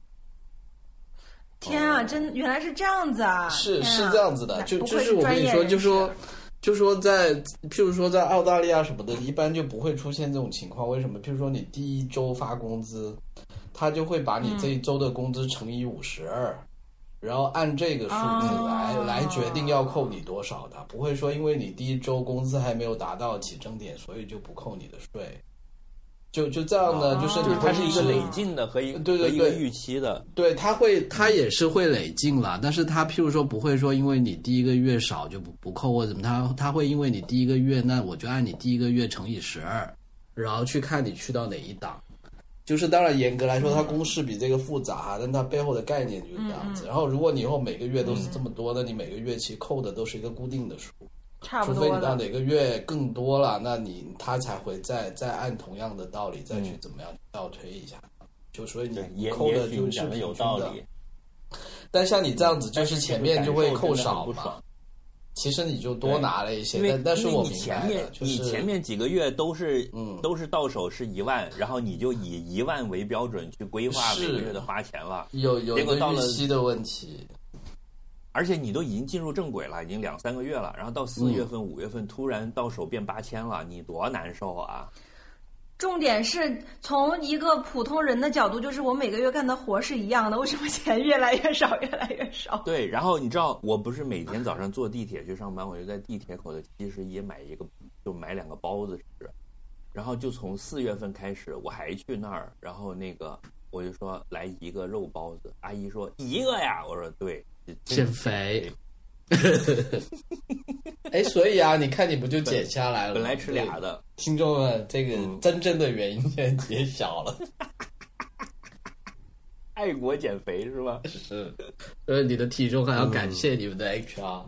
天啊，原来是这样子啊！ 是这样子的，就是我跟你说，就说譬如说在澳大利亚什么的，一般就不会出现这种情况。为什么？譬如说你第1周发工资。 他就会把你这一周的工资乘以52，然后按这个数字来决定要扣你多少的，不会说因为你第一周工资还没有达到起征点，所以就不扣你的税。就这样呢，就是它是一个累进的和一个预期的。 对，它也是会累进了，但是它譬如说不会说因为你第一个月少就不扣或者怎么，它会因为你第一个月，那我就按你第一个月乘以12，然后去看你去到哪一档。就是当然严格来说它公式比这个复杂，但它背后的概念就是这样子。然后如果你以后每个月都是这么多，那你每个月其实扣的都是一个固定的数， 差不多， 除非你到哪个月更多了，那他才会再按同样的道理再去怎么样倒推一下。就所以你扣的就是讲的有道理。 但像你这样子，就是前面就会扣少嘛。其实你就多拿了一些，但是我明白了，就是你前面几个月都是到手是1万，然后你就以1万为标准去规划每个月的花钱了， 有一个预期的问题。 而且你都已经进入正轨了，已经2-3个月了，然后到4月份、5月份突然到手变8000了，你多难受啊！ 重点是从一个普通人的角度，就是我每个月干的活是一样的，为什么钱越来越少，越来越少？ 对，然后你知道，我不是每天早上坐地铁去上班，我就在地铁口的71买2个包子吃，然后就从4月份开始，我还去那儿，然后我就说来1个肉包子，阿姨说1个呀，我说对。 减肥，哎，所以啊，你看你不就减下来了？ 本来吃2的， 听众们，这个真正的原因现在揭晓了， 爱国减肥是吧？ 是，所以你的体重还要感谢你们的 HR。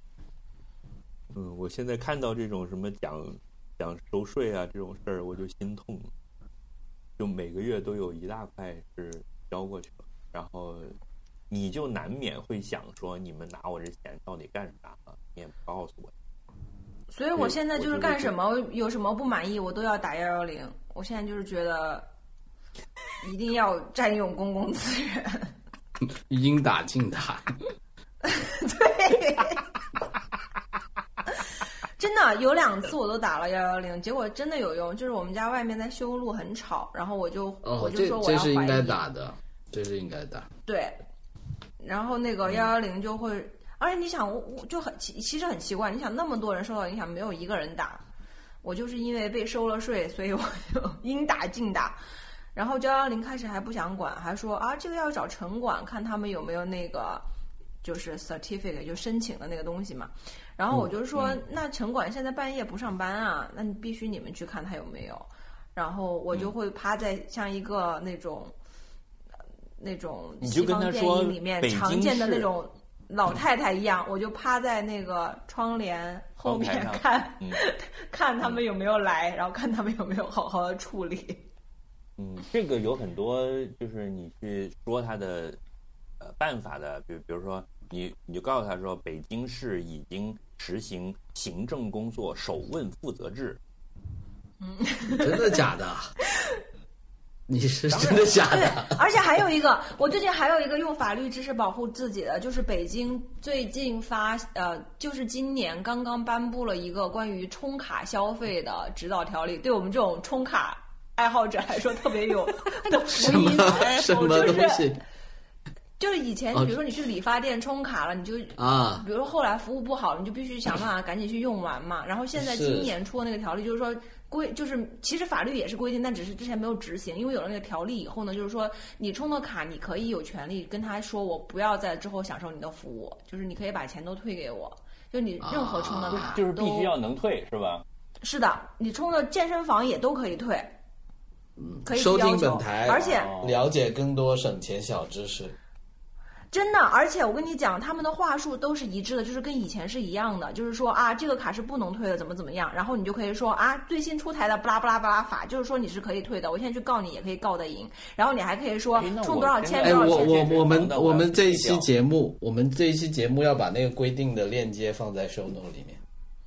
我现在看到这种什么讲收税啊这种事儿，我就心痛，就每个月都有一大块是交过去了，然后。你就难免会想说，你们拿我这钱到底干啥了？你也不告诉我。 所以我现在就是干什么，有什么不满意，我都要打110。我现在就是觉得，一定要占用公共资源， 应打尽打。 对，真的有2次我都打了110，结果真的有用。就是我们家外面在修路很吵，然后我就说我要这是应该打的，这是应该打。 对。然后那个110就会，而且你想，我就其实很奇怪，你想那么多人受到影响，没有一个人打，我就是因为被收了税，所以我就应打尽打。然后910开始还不想管，还说啊这个要找城管看他们有没有那个就是 certificate 就申请的那个东西嘛。然后我就说，那城管现在半夜不上班啊，那你必须你们去看他有没有。然后我就会趴在像一个那种西方电影里面常见的那种老太太一样，我就趴在那个窗帘后面看，看他们有没有来，然后看他们有没有好好的处理。 这个有很多就是你去说他的办法的，比如说你就告诉他说，北京市已经实行行政工作首问负责制。 真的假的？你是真的假的？ 对，而且还有一个，我最近还有一个用法律知识保护自己的，就是北京最近就是今年刚刚颁布了一个关于充卡消费的指导条例，对我们这种充卡爱好者来说特别有福音。 什么东西？ 就是以前，比如说你去理发店充卡了，你就比如说后来服务不好了，你就必须想办法赶紧去用完嘛。然后现在今年出的那个条例就是说。就是其实法律也是规定，但只是之前没有执行。因为有了那个条例以后呢，就是说你充的卡，你可以有权利跟他说，我不要在之后享受你的服务，就是你可以把钱都退给我，就你任何充的卡就是必须要能退，是吧？ 是的，你充的健身房也都可以退，可以收听本台， 而且了解更多省钱小知识。 真的，而且我跟你讲，他们的话术都是一致的，就是跟以前是一样的，就是说啊，这个卡是不能退的，怎么样，然后你就可以说啊，最新出台的巴拉巴拉巴拉法，就是说你是可以退的，我现在去告你也可以告得赢，然后你还可以说充多少钱多少钱。 我们这一期节目要把那个规定的链接放在 show note 里面。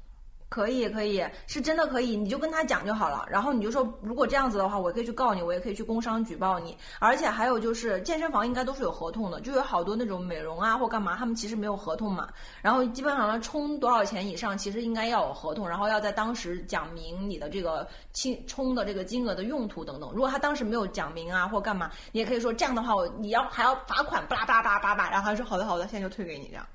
可以，是真的可以，你就跟他讲就好了。然后你就说，如果这样子的话，我可以去告你，我也可以去工商举报你。而且还有就是，健身房应该都是有合同的，就有好多那种美容啊或干嘛，他们其实没有合同嘛。然后基本上充多少钱以上，其实应该要有合同，然后要在当时讲明你的这个充的这个金额的用途等等。如果他当时没有讲明啊或干嘛，你也可以说这样的话，你还要罚款，巴拉巴拉巴拉巴拉，然后他说好的，现在就退给你这样。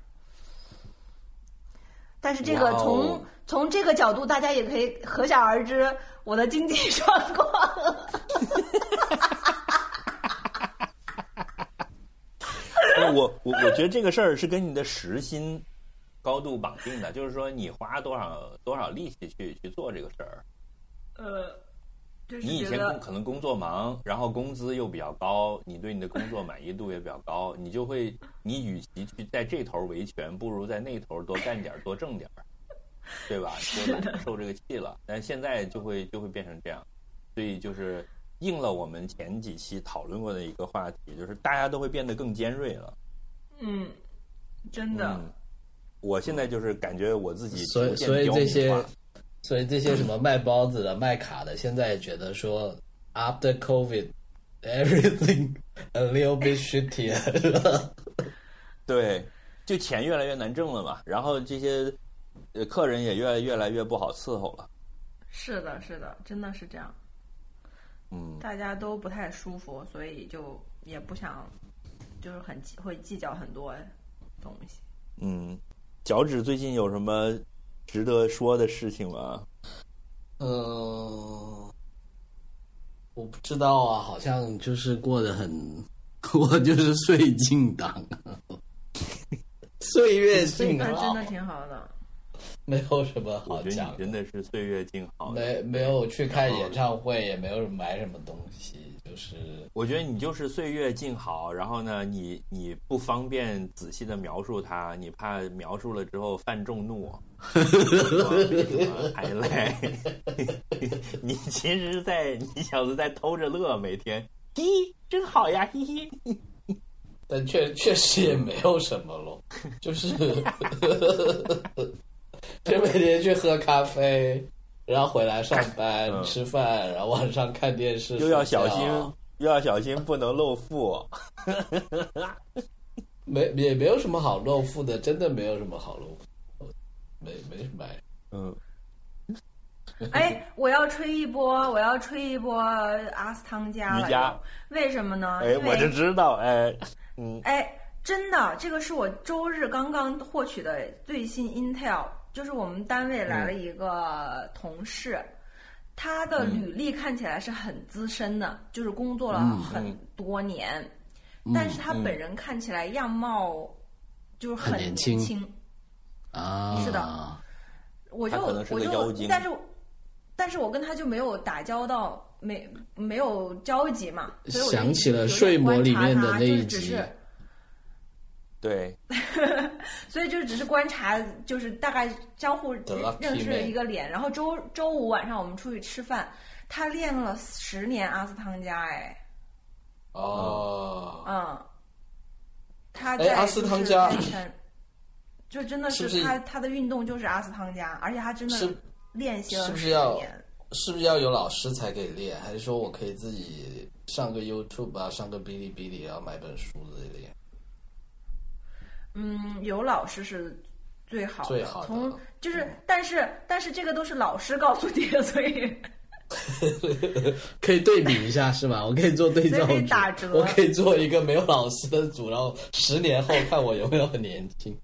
但是这个从这个角度，大家也可以可想而知我的经济状况。 我觉得这个事儿是跟你的时薪高度绑定的，就是说你花多少力气去做这个事儿。 就是你以前可能工作忙，然后工资又比较高，你对你的工作满意度也比较高，你与其去在这头维权，不如在那头多干点多挣点，对吧？就懒得受这个气了。但现在就会变成这样，所以就是应了我们前几期讨论过的一个话题，就是大家都会变得更尖锐了。 真的。 我现在就是感觉我自己所以这些什么卖包子的、卖卡的，现在也觉得说 after COVID everything a little bit shittier 是吧？ 对，就钱越来越难挣了嘛，然后这些客人也越来越不好伺候了。 是的，真的是这样。大家都不太舒服，所以就也不想，就是会计较很多东西。 脚趾最近有什么值得说的事情吗？ 我不知道啊，好像就是过得很，我就是岁静档，岁月静好， 真的挺好的。 没有什么好讲， 真的是岁月静好。 没有去看演唱会，也没有买什么东西，就是我觉得你就是岁月静好，然后呢，你不方便仔细的描述它，你怕描述了之后犯众怒，还来，你其实你小子在偷着乐，每天，嘿，真好呀，嘿嘿。 但确实也没有什么咯，就是就每天去喝咖啡，然后回来上班、吃饭，然后晚上看电视， 又要小心不能露腹。 也没有什么好露腹的，真的没有什么好露腹，没什么。 我要吹一波阿斯汤加了。为什么呢？ 我就知道， 真的，这个是我周日刚刚获取的最新 Intel， 就是我们单位来了一个同事，他的履历看起来是很资深的，就是工作了很多年，但是他本人看起来样貌就是很年轻啊。 是的，我就但是我跟他就没有打交道，没有交集嘛，所以我想起了睡魔里面的那一集。 对， 所以就只是观察，就是大概相互认识了一个脸。然后周五晚上我们出去吃饭，他练了10年阿斯汤加，他在阿斯汤加就真的是他的运动就是阿斯汤加，而且他真的练习了10年。 是不是要有老师才可以练，还是说我可以自己上个 YouTube 啊，上个哔哩哔哩，然后买本书之类的练？ 有老师是最好的，但是这个都是老师告诉你的，所以可以对比一下是吧？我可以做对照组， 打折， 我可以做一个没有老师的组，然后10年后看我有没有很年轻。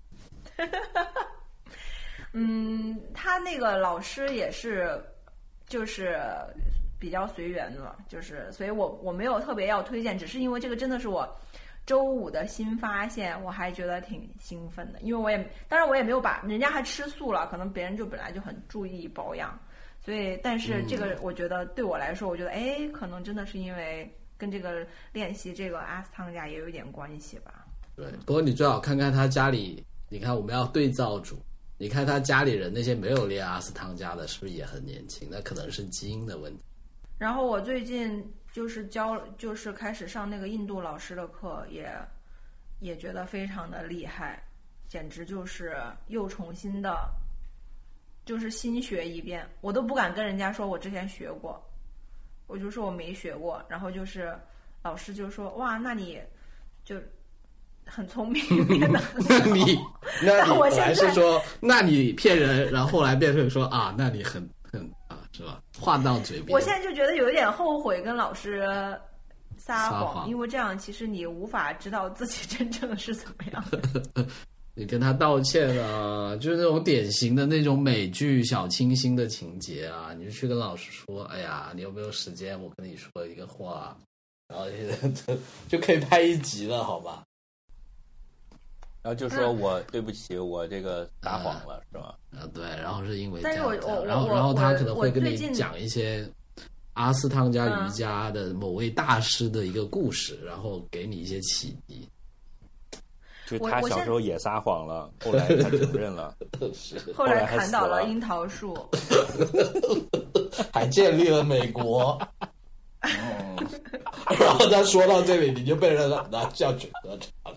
他那个老师也是，就是比较随缘的，就是所以我没有特别要推荐，只是因为这个真的是我周五的新发现，我还觉得挺兴奋的，因为当然我也没有把人家还吃素了，可能别人就本来就很注意保养，所以但是这个我觉得对我来说，我觉得可能真的是因为跟这个练习这个阿斯汤加也有一点关系吧。 对，不过你最好看看他家里，你看我们要对照组，你看他家里人那些没有练阿斯汤加的，是不是也很年轻？那可能是基因的问题。 然后我最近就是开始上那个印度老师的课，也觉得非常的厉害，简直就是又重新的就是新学一遍，我都不敢跟人家说我之前学过，我就说我没学过，然后就是老师就说哇，那你就很聪明，变得很好。 那你本来是说那你骗人，然后后来变成说啊，那你很是吧？话到嘴边。 我现在就觉得有一点后悔跟老师撒撒谎因为这样其实你无法知道自己真正是怎么样的。 你跟他道歉啊，就是那种典型的那种美剧小清新的情节啊，你就去跟老师说，哎呀，你有没有时间？我跟你说一个话，然后就可以拍一集了，好吧？ 然后就说我对不起，我这个撒谎了，是吧？ 对，然后是因为这但是样，然后他可能会跟你讲一些阿斯汤加瑜伽的某位大师的一个故事，然后给你一些启迪。 就他小时候也撒谎了，后来他承认了， 后来砍倒了樱桃树， 还建立了美国。然后他说到这里，你就被人拿叫准喝茶了。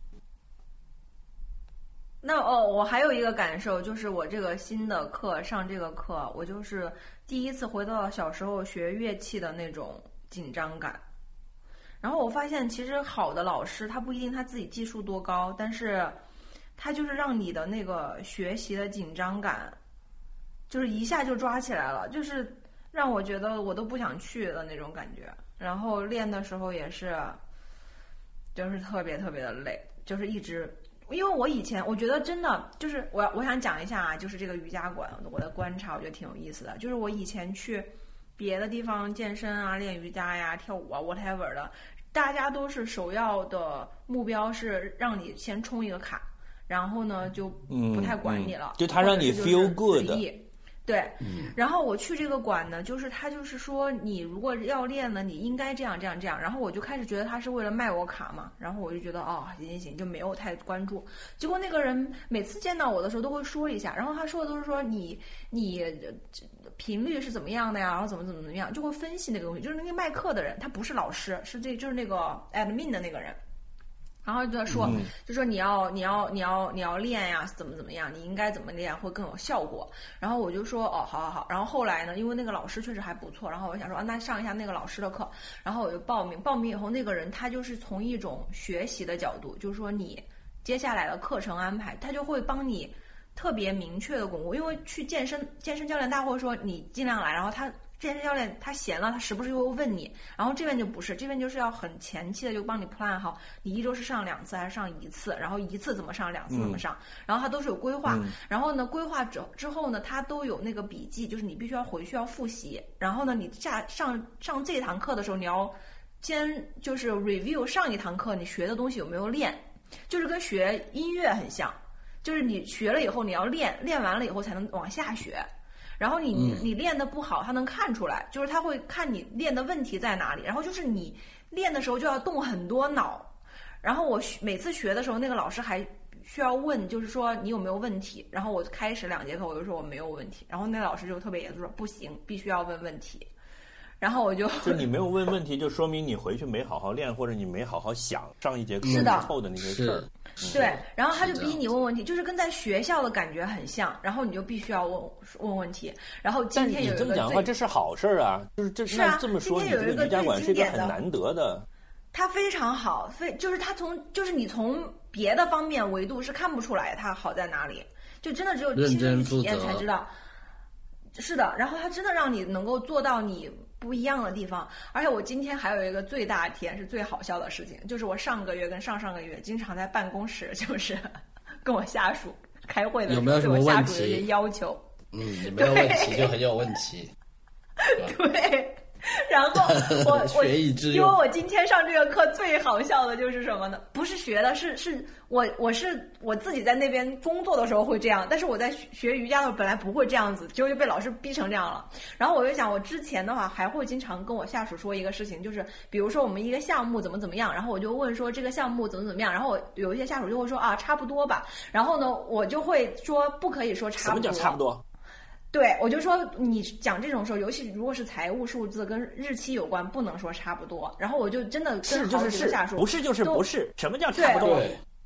那我还有一个感受，就是我这个新的课上这个课，我就是第一次回到小时候学乐器的那种紧张感。然后我发现，其实好的老师他不一定他自己技术多高，但是他就是让你的那个学习的紧张感，就是一下就抓起来了，就是让我觉得我都不想去的那种感觉。然后练的时候也是，就是特别特别的累，就是一直。因为我以前我觉得真的就是我想讲一下啊，就是这个瑜伽馆我的观察，我觉得挺有意思的。就是我以前去别的地方健身啊、练瑜伽呀、跳舞啊 whatever 的，大家都是首要的目标是让你先充一个卡，然后呢就不太管你了， 就他让你 feel good。 对，然后我去这个馆呢，就是他就是说你如果要练呢，你应该这样这样这样。然后我就开始觉得他是为了卖我卡嘛，然后我就觉得哦，行，就没有太关注。结果那个人每次见到我的时候都会说一下，然后他说的都是说你频率是怎么样的呀，然后怎么样，就会分析那个东西。就是那个卖课的人，他不是老师，就是那个 admin 的那个人。然后就说，就说你要练呀，怎么样，你应该怎么练会更有效果。然后我就说哦，好。然后后来呢，因为那个老师确实还不错，然后我想说那上一下那个老师的课。然后我就报名以后，那个人他就是从一种学习的角度，就是说你接下来的课程安排，他就会帮你特别明确的巩固。因为去健身教练他会说你尽量来，然后健身教练他闲了，他时不时就会问你，然后这边就不是，这边就是要很前期的就帮你 plan 好，你一周是上2次还是上1次，然后1次怎么上，2次怎么上，然后他都是有规划，然后呢规划之后呢，他都有那个笔记，就是你必须要回去要复习，然后呢你上这堂课的时候，你要先就是 review 上一堂课你学的东西有没有练，就是跟学音乐很像，就是你学了以后你要练完了以后才能往下学。然后你练得不好，他能看出来，就是他会看你练的问题在哪里。然后就是你练的时候就要动很多脑。然后我每次学的时候，那个老师还需要问，就是说你有没有问题。然后我开始2节课，我就说我没有问题。然后那个老师就特别严肃说不行，必须要问问题。然后我就你没有问问题，就说明你回去没好好练，或者你没好好想上一节课之后的那些事儿。 对，然后他就逼你问问题，就是跟在学校的感觉很像，然后你就必须要问问题。然后今天有一个这么讲的话，这是好事啊，就是那这么说，你这个瑜伽馆是一个很难得的。 它非常好，就是它就是你从别的方面维度是看不出来它好在哪里，就真的只有亲身体验才知道。是的，然后它真的让你能够做到你不一样的地方。而且我今天还有一个最大体验是最好笑的事情，就是我上个月跟上个月经常在办公室就是跟我下属开会的时候， 有没有什么问题？ 对我下属有些要求。 你没有问题就很有问题。 对。然后我因为我今天上这个课最好笑的就是什么呢？不是学的，是我自己在那边工作的时候会这样，但是我在学瑜伽的时候本来不会这样子，结果就被老师逼成这样了。然后我就想，我之前的话还会经常跟我下属说一个事情，就是比如说我们一个项目怎么样，然后我就问说这个项目怎么样，然后我有一些下属就会说啊差不多吧，然后呢我就会说不可以说差不多。 什么叫差不多？ 对，我就说你讲这种时候，尤其如果是财务数字跟日期有关，不能说差不多。然后我就真的跟好几个下属， 不是就是不是，什么叫差不多？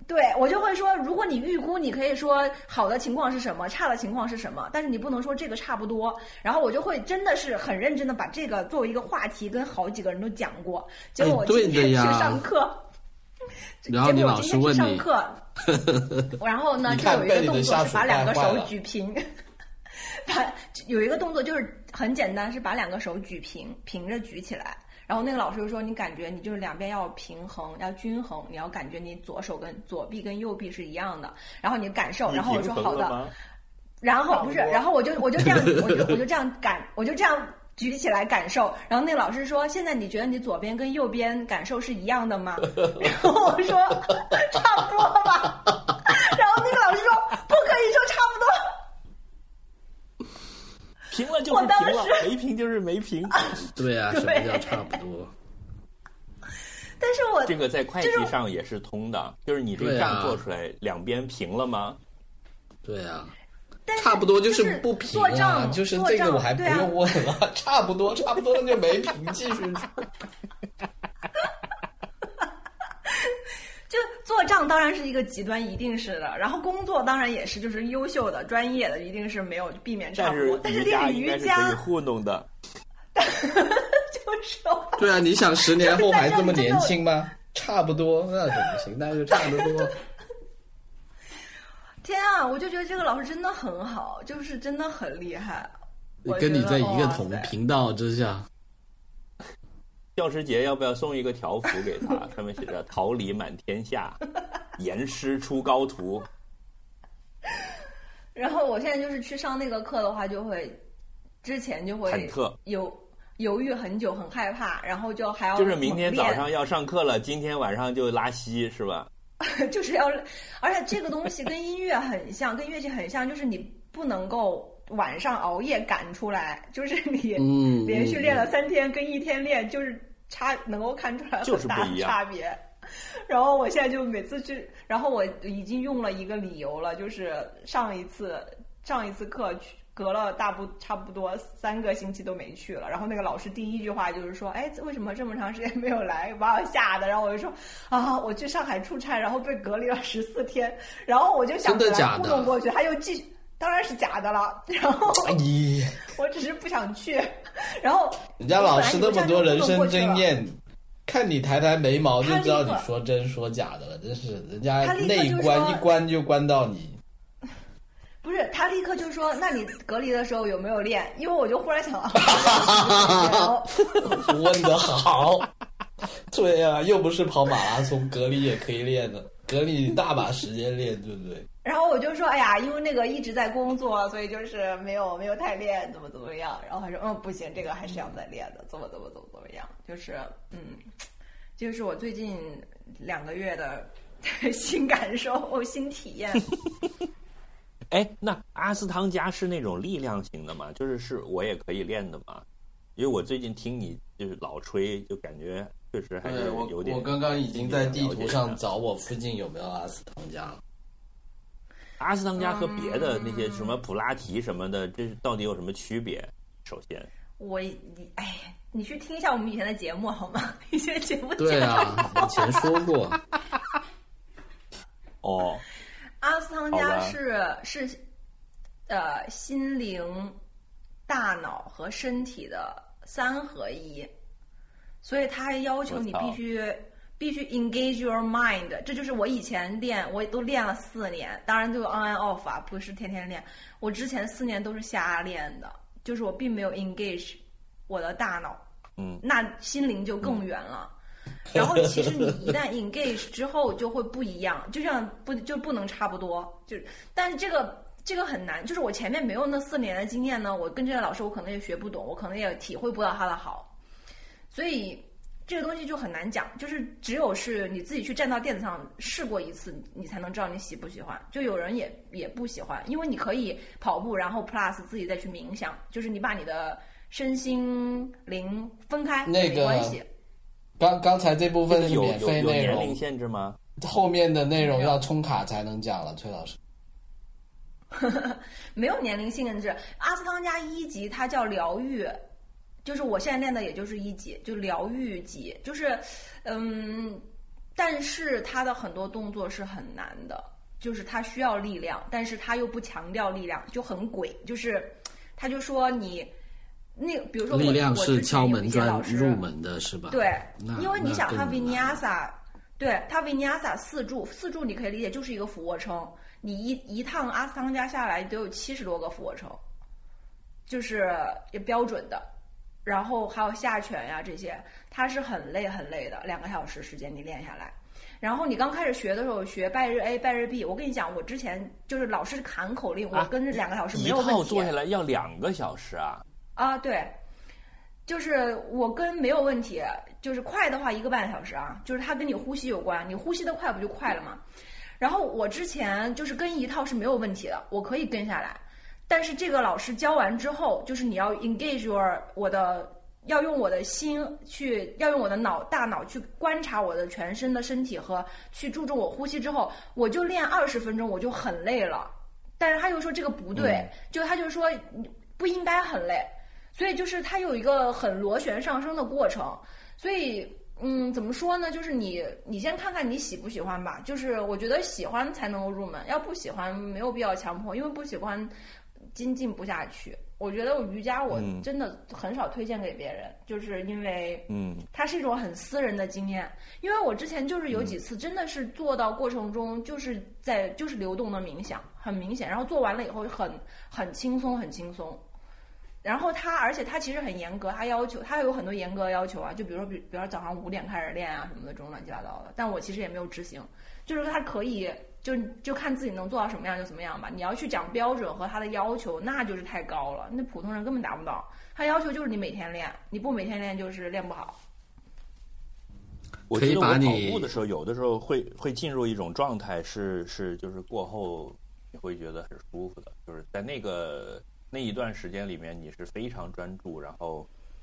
对，我就会说，如果你预估，你可以说好的情况是什么，差的情况是什么，但是你不能说这个差不多。然后我就会真的是很认真的把这个作为一个话题跟好几个人都讲过。结果我今天去上课， 然后你老师问你， 上课，然后呢，就有一个动作是把两个手举平，有一个动作就是很简单，是把两个手举平着举起来。然后那个老师就说，你感觉你就是两边要平衡，要均衡，你要感觉你左臂跟右臂是一样的，然后你感受。然后我说好的，然后不是，然后我就这样，我就这样举起来感受。然后那个老师说，现在你觉得你左边跟右边感受是一样的吗？然后我说差不多吧。然后那个老师说不可以说差不多。 平了就是平了，没平就是没平。 对啊，什么叫差不多？ 但是我这个在会计上也是通的，就是你这个账做出来，两边平了吗？ 对啊，差不多就是不平啊，就是这个我还不用问了，差不多那就没平，继续。 就做账当然是一个极端，一定是的。然后工作当然也是，就是优秀的、专业的，一定是没有避免差不多。但是练瑜伽可以糊弄的， 就是对啊，你想10年后还这么年轻吗？差不多，那怎么行？那就差不多。 天啊，我就觉得这个老师真的很好，就是真的很厉害。 跟你在一个同频道之下。 教师节要不要送一个条幅给他？上面写着“桃李满天下，严师出高徒”。 然后我现在就是去上那个课的话，之前就会忐忑， 犹豫很久，很害怕，然后就还要就是明天早上要上课了，今天晚上就拉稀是吧？ 就是要，而且这个东西跟音乐很像，跟乐器很像，就是你不能够晚上熬夜赶出来，就是你连续练了3天跟1天练，就是能够看出来很大的差别。然后我现在就每次去，然后我已经用了一个理由了，就是上一次课去隔了差不多3个星期都没去了。然后那个老师第一句话就是说，哎，为什么这么长时间没有来，把我吓的。然后我就说啊，我去上海出差，然后被隔离了14天。然后我就想着来糊弄过去，他又继续。当然是假的了，然后我只是不想去，然后人家老师那么多人生经验，看你抬眉毛就知道你说真说假的了，真是人家那一关一关就关到你。 不是，他立刻就说：“那你隔离的时候有没有练？”因为我就忽然想， 问得好，对啊，又不是跑马拉松，隔离也可以练的，隔离大把时间练，对不对？ 然后我就说，哎呀，因为那个一直在工作，所以就是没有太练，怎么样。然后他说，不行，这个还是要再练的，怎么样，就是我最近2个月的新感受、新体验。 哎，那阿斯汤加是那种力量型的吗？是我也可以练的吗？因为我最近听你就是老吹，就感觉确实还是有点。 我刚刚已经在地图上找我附近有没有阿斯汤加了。 阿斯汤加和别的那些什么普拉提什么的，这到底有什么区别？首先， 你去听一下我们以前的节目好吗？以前节目对啊，以前说过。 哦， 阿斯汤加是心灵、大脑和身体的3合1，所以它要求你必须 engage your mind， 这就是我以前练，我都练了4年，当然就 on and off 啊，不是天天练。我之前4年都是瞎练的，就是我并没有 engage 我的大脑，那心灵就更远了。然后其实你一旦 engage 之后就会不一样，就这样不能差不多，但是这个很难，就是我前面没有那4年的经验呢，我跟这个老师我可能也学不懂，我可能也体会不到他的好，所以。这个东西就很难讲，就是只有是你自己去站到垫子上试过一次，你才能知道你喜不喜欢。就有人也不喜欢，因为你可以跑步，然后 plus 自己再去冥想，就是你把你的身心灵分开，没关系。 刚才这部分是免费内容， 有年龄限制吗？ 后面的内容要充卡才能讲了，崔老师。 没有年龄限制，阿斯汤加1级它叫疗愈。就是我现在练的也就是1级，就疗愈级，就是但是他的很多动作是很难的，就是他需要力量，但是他又不强调力量，就很鬼。就是他就说你那比如说力量是敲门砖入门门的是吧？ 对，因为你想他 Vinyasa， 对他 Vinyasa 四柱你可以理解就是一个俯卧撑，你一趟阿斯汤加下来得有70多个俯卧撑，就是也标准的。然后还有下拳呀这些，它是很累的，2个小时时间你练下来。然后你刚开始学的时候学拜日 A 拜日 B， 我跟你讲，我之前就是老师喊口令，我跟着2个小时没有问题。 一套做下来要2个小时啊？ 啊，对，就是我跟没有问题，就是快的话1个半小时啊，就是它跟你呼吸有关，你呼吸的快不就快了吗？然后我之前就是跟一套是没有问题的，我可以跟下来。但是这个老师教完之后，就是你要 engage 要用我的心去，要用我的大脑去观察我的全身的身体和去注重我呼吸之后，我就练20分钟我就很累了。但是他又说这个不对，就他就说不应该很累，所以就是它有一个很螺旋上升的过程。所以怎么说呢？就是你先看看你喜不喜欢吧。就是我觉得喜欢才能够入门，要不喜欢没有必要强迫，因为不喜欢精进不下去。我觉得我瑜伽我真的很少推荐给别人，就是因为它是一种很私人的经验。因为我之前就是有几次真的是做到过程中就是流动的冥想，很明显，然后做完了以后很轻松。然后而且他其实很严格，他有很多严格的要求啊，就比如说早上5点开始练啊什么的这种乱七八糟的，但我其实也没有执行，就是他可以就看自己能做到什么样就怎么样吧。你要去讲标准和他的要求，那就是太高了，那普通人根本达不到。他要求就是你每天练，你不每天练就是练不好。 我觉得我跑步的时候，有的时候会进入一种状态，就是过后你会觉得很舒服的，就是在那一段时间里面，你是非常专注，然后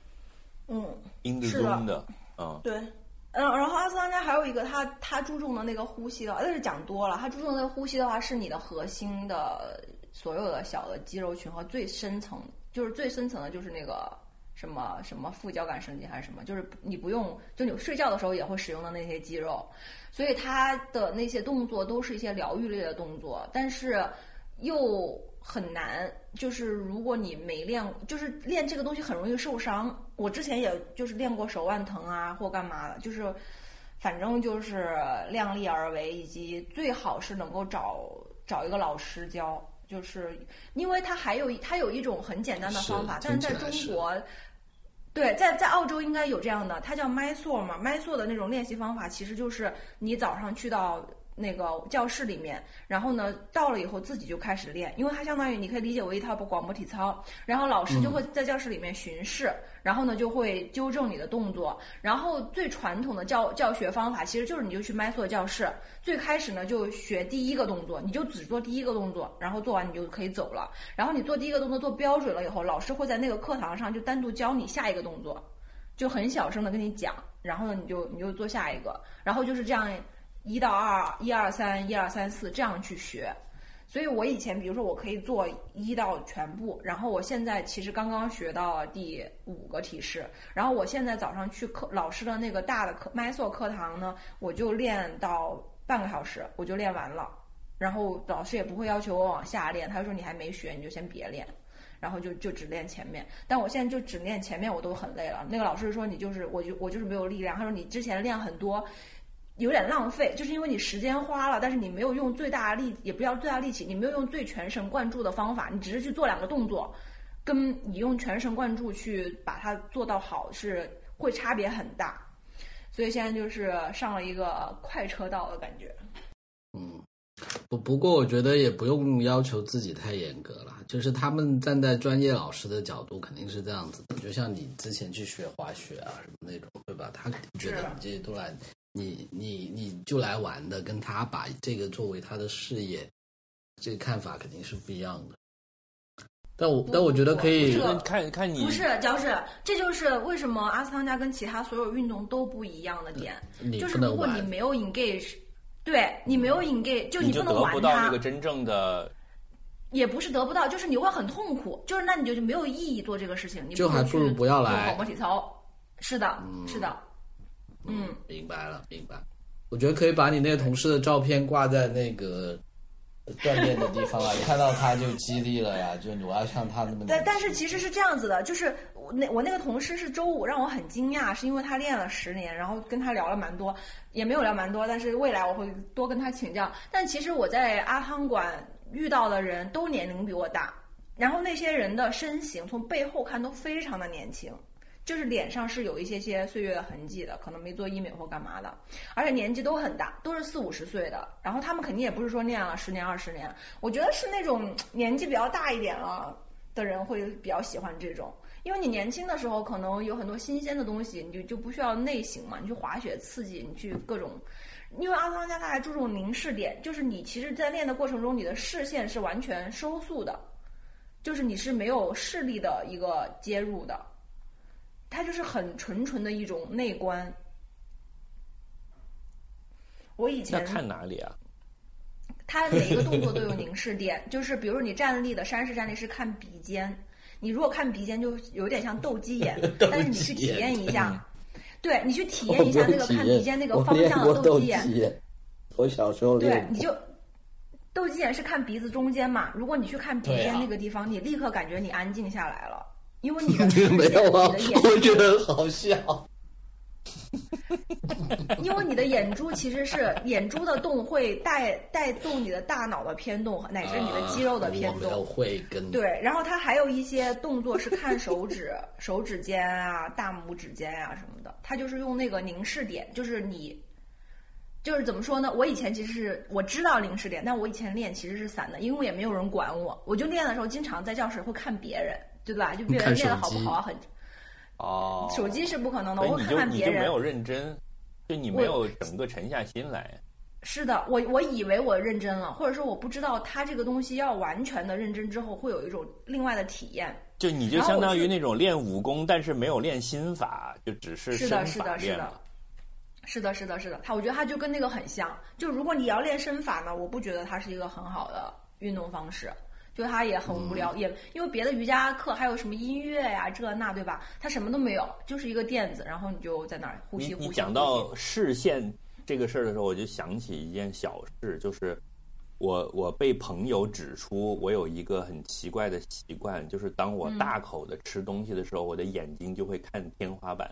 in the zone 的， 对。然后阿斯汤加还有一个他注重的那个呼吸的，但是讲多了，他注重的那个呼吸的话，是你的核心的所有的小的肌肉群和最深层的就是那个什么副交感神经还是什么，就是你不用就你睡觉的时候也会使用的那些肌肉，所以他的那些动作都是一些疗愈类的动作，但是又很难，就是如果你没练，就是练这个东西很容易受伤。我之前也就是练过手腕疼啊或干嘛的，就是反正就是量力而为，以及最好是能够找一个老师教，就是因为它有一种很简单的方法，但是在中国，对，在澳洲应该有这样的，它叫 Mysore 嘛，Mysore 的那种练习方法，其实就是你早上去到那个教室里面，然后呢到了以后自己就开始练，因为它相当于你可以理解为一套广播体操，然后老师就会在教室里面巡视，然后呢就会纠正你的动作。然后最传统的教学方法其实就是你就去Mysore教室，最开始呢就学第一个动作，你就只做第一个动作，然后做完你就可以走了。然后你做第一个动作做标准了以后，老师会在那个课堂上就单独教你下一个动作，就很小声的跟你讲，然后呢你就做下一个，然后就是这样1到2、1、2、3、1、2、3、4这样去学。所以我以前比如说我可以做1到全部，然后我现在其实刚刚学到第5个体式，然后我现在早上去老师的那个大的Mysore课堂呢，我就练到半个小时我就练完了，然后老师也不会要求我往下练，他就说你还没学你就先别练，然后就只练前面。但我现在就只练前面我都很累了，那个老师说你就是我就是没有力量，他说你之前练很多有点浪费，就是因为你时间花了，但是你没有用最大的力，也不要最大力气，你没有用最全神贯注的方法，你只是去做2个动作，跟你用全神贯注去把它做到好是会差别很大。所以现在就是上了一个快车道的感觉。 不过我觉得也不用要求自己太严格了，就是他们站在专业老师的角度肯定是这样子的，就像你之前去学滑雪啊什么那种，对吧？他肯定觉得你这些都来你就来玩的，跟他把这个作为他的事业，这个看法肯定是不一样的。但我觉得可以看你不是教室，这就是为什么阿斯汤加跟其他所有运动都不一样的点，就是如果你没有 engage， 对你没有 engage， 就你不能玩它， 得不到那个真正的， 也不是得不到，就是你会很痛苦，就是那你就没有意义做这个事情，你就还不如不要来广播体操。是的，是的。 明白了。 我觉得可以把你那个同事的照片挂在那个锻炼的地方啊，看到他就激励了呀，就我要像他那么。 但是其实是这样子的，就是我那个同事是周五让我很惊讶，是因为他练了10年，然后跟他聊了蛮多，也没有聊蛮多，但是未来我会多跟他请教。但其实我在阿汤馆遇到的人都年龄比我大，然后那些人的身形从背后看都非常的年轻。就是脸上是有一些岁月的痕迹的，可能没做医美或干嘛的，而且年纪都很大，都是40-50岁的。然后他们肯定也不是说练了10年20年，我觉得是那种年纪比较大一点了的人会比较喜欢这种，因为你年轻的时候可能有很多新鲜的东西，你就不需要内省嘛，你去滑雪刺激，你去各种。因为阿汤加他还注重凝视点，就是你其实在练的过程中，你的视线是完全收束的，就是你是没有视力的一个接入的。它就是很纯的一种内观。我以前那看哪里啊？ 它每一个动作都有凝视点，就是比如你站立的山式站立是看鼻尖，你如果看鼻尖就有点像斗鸡眼，但是你去体验一下，对你去体验一下那个看鼻尖那个方向的斗鸡眼。 我小时候练对，你就斗鸡眼是看鼻子中间嘛，如果你去看鼻尖那个地方，你立刻感觉你安静下来了。因为你的没有啊，我觉得很好笑。 因为你的眼珠其实是眼珠的动会带动你的大脑的偏动，乃至你的肌肉的偏动。 我会跟对，然后它还有一些动作是看手指、手指尖啊、大拇指尖啊什么的，它就是用那个凝视点，就是你。就是怎么说呢？我以前其实是我知道凝视点，但我以前练其实是散的，因为也没有人管我。我就练的时候，经常在教室会看别人，对吧？就别人练的好不好很。 哦。 手机是不可能的，我会看别人。 你就没有认真，就你没有整个沉下心来。 是的，我以为我认真了，或者说我不知道他这个东西要完全的认真之后会有一种另外的体验。 就你就相当于那种练武功，但是没有练心法，就只是身法练了。 是的，我觉得它就跟那个很像。就如果你要练身法呢，我不觉得它是一个很好的运动方式，就它也很无聊，也因为别的瑜伽课还有什么音乐呀这那对吧？它什么都没有，就是一个垫子，然后你就在那儿呼吸。 你讲到视线这个事儿的时候，我就想起一件小事，就是我被朋友指出我有一个很奇怪的习惯，就是当我大口的吃东西的时候，我的眼睛就会看天花板。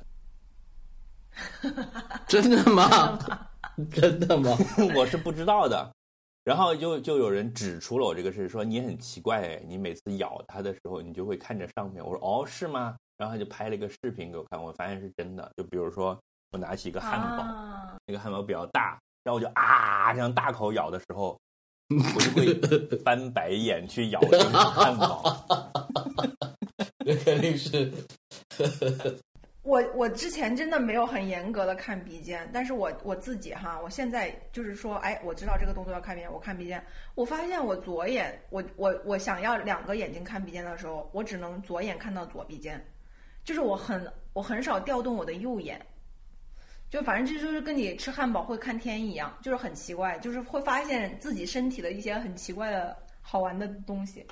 真的吗？真的吗？ 我是不知道的。然后就有人指出了我这个事，说你很奇怪，你每次咬它的时候，你就会看着上面。我说哦，是吗？然后他就拍了一个视频给我看，我发现是真的。就比如说我拿起一个汉堡，那个汉堡比较大，然后我就这样大口咬的时候，我就会翻白眼去咬这个汉堡。 这肯定是。 我之前真的没有很严格的看鼻尖，但是我自己哈，我现在就是说，哎，我知道这个动作要看鼻尖，我看鼻尖，我发现我左眼，我想要2个眼睛看鼻尖的时候，我只能左眼看到左鼻尖，就是我很少调动我的右眼，就反正这就是跟你吃汉堡会看天一样，就是很奇怪，就是会发现自己身体的一些很奇怪的好玩的东西。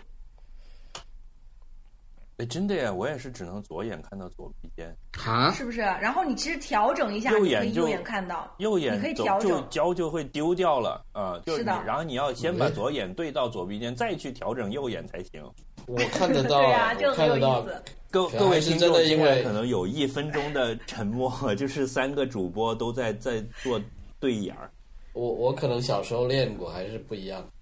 真的呀，我也是只能左眼看到左鼻尖啊， 是不是？然后你其实调整一下，你可以右眼看到， 右眼你可以调整， 胶就会丢掉了是的。 然后你要先把左眼对到左鼻尖，再去调整右眼才行。 我看得到， 对啊，就很有意思。 各位听众真的因为可能有1分钟的沉默，就是3个主播都在做对眼儿。 我可能小时候练过，还是不一样。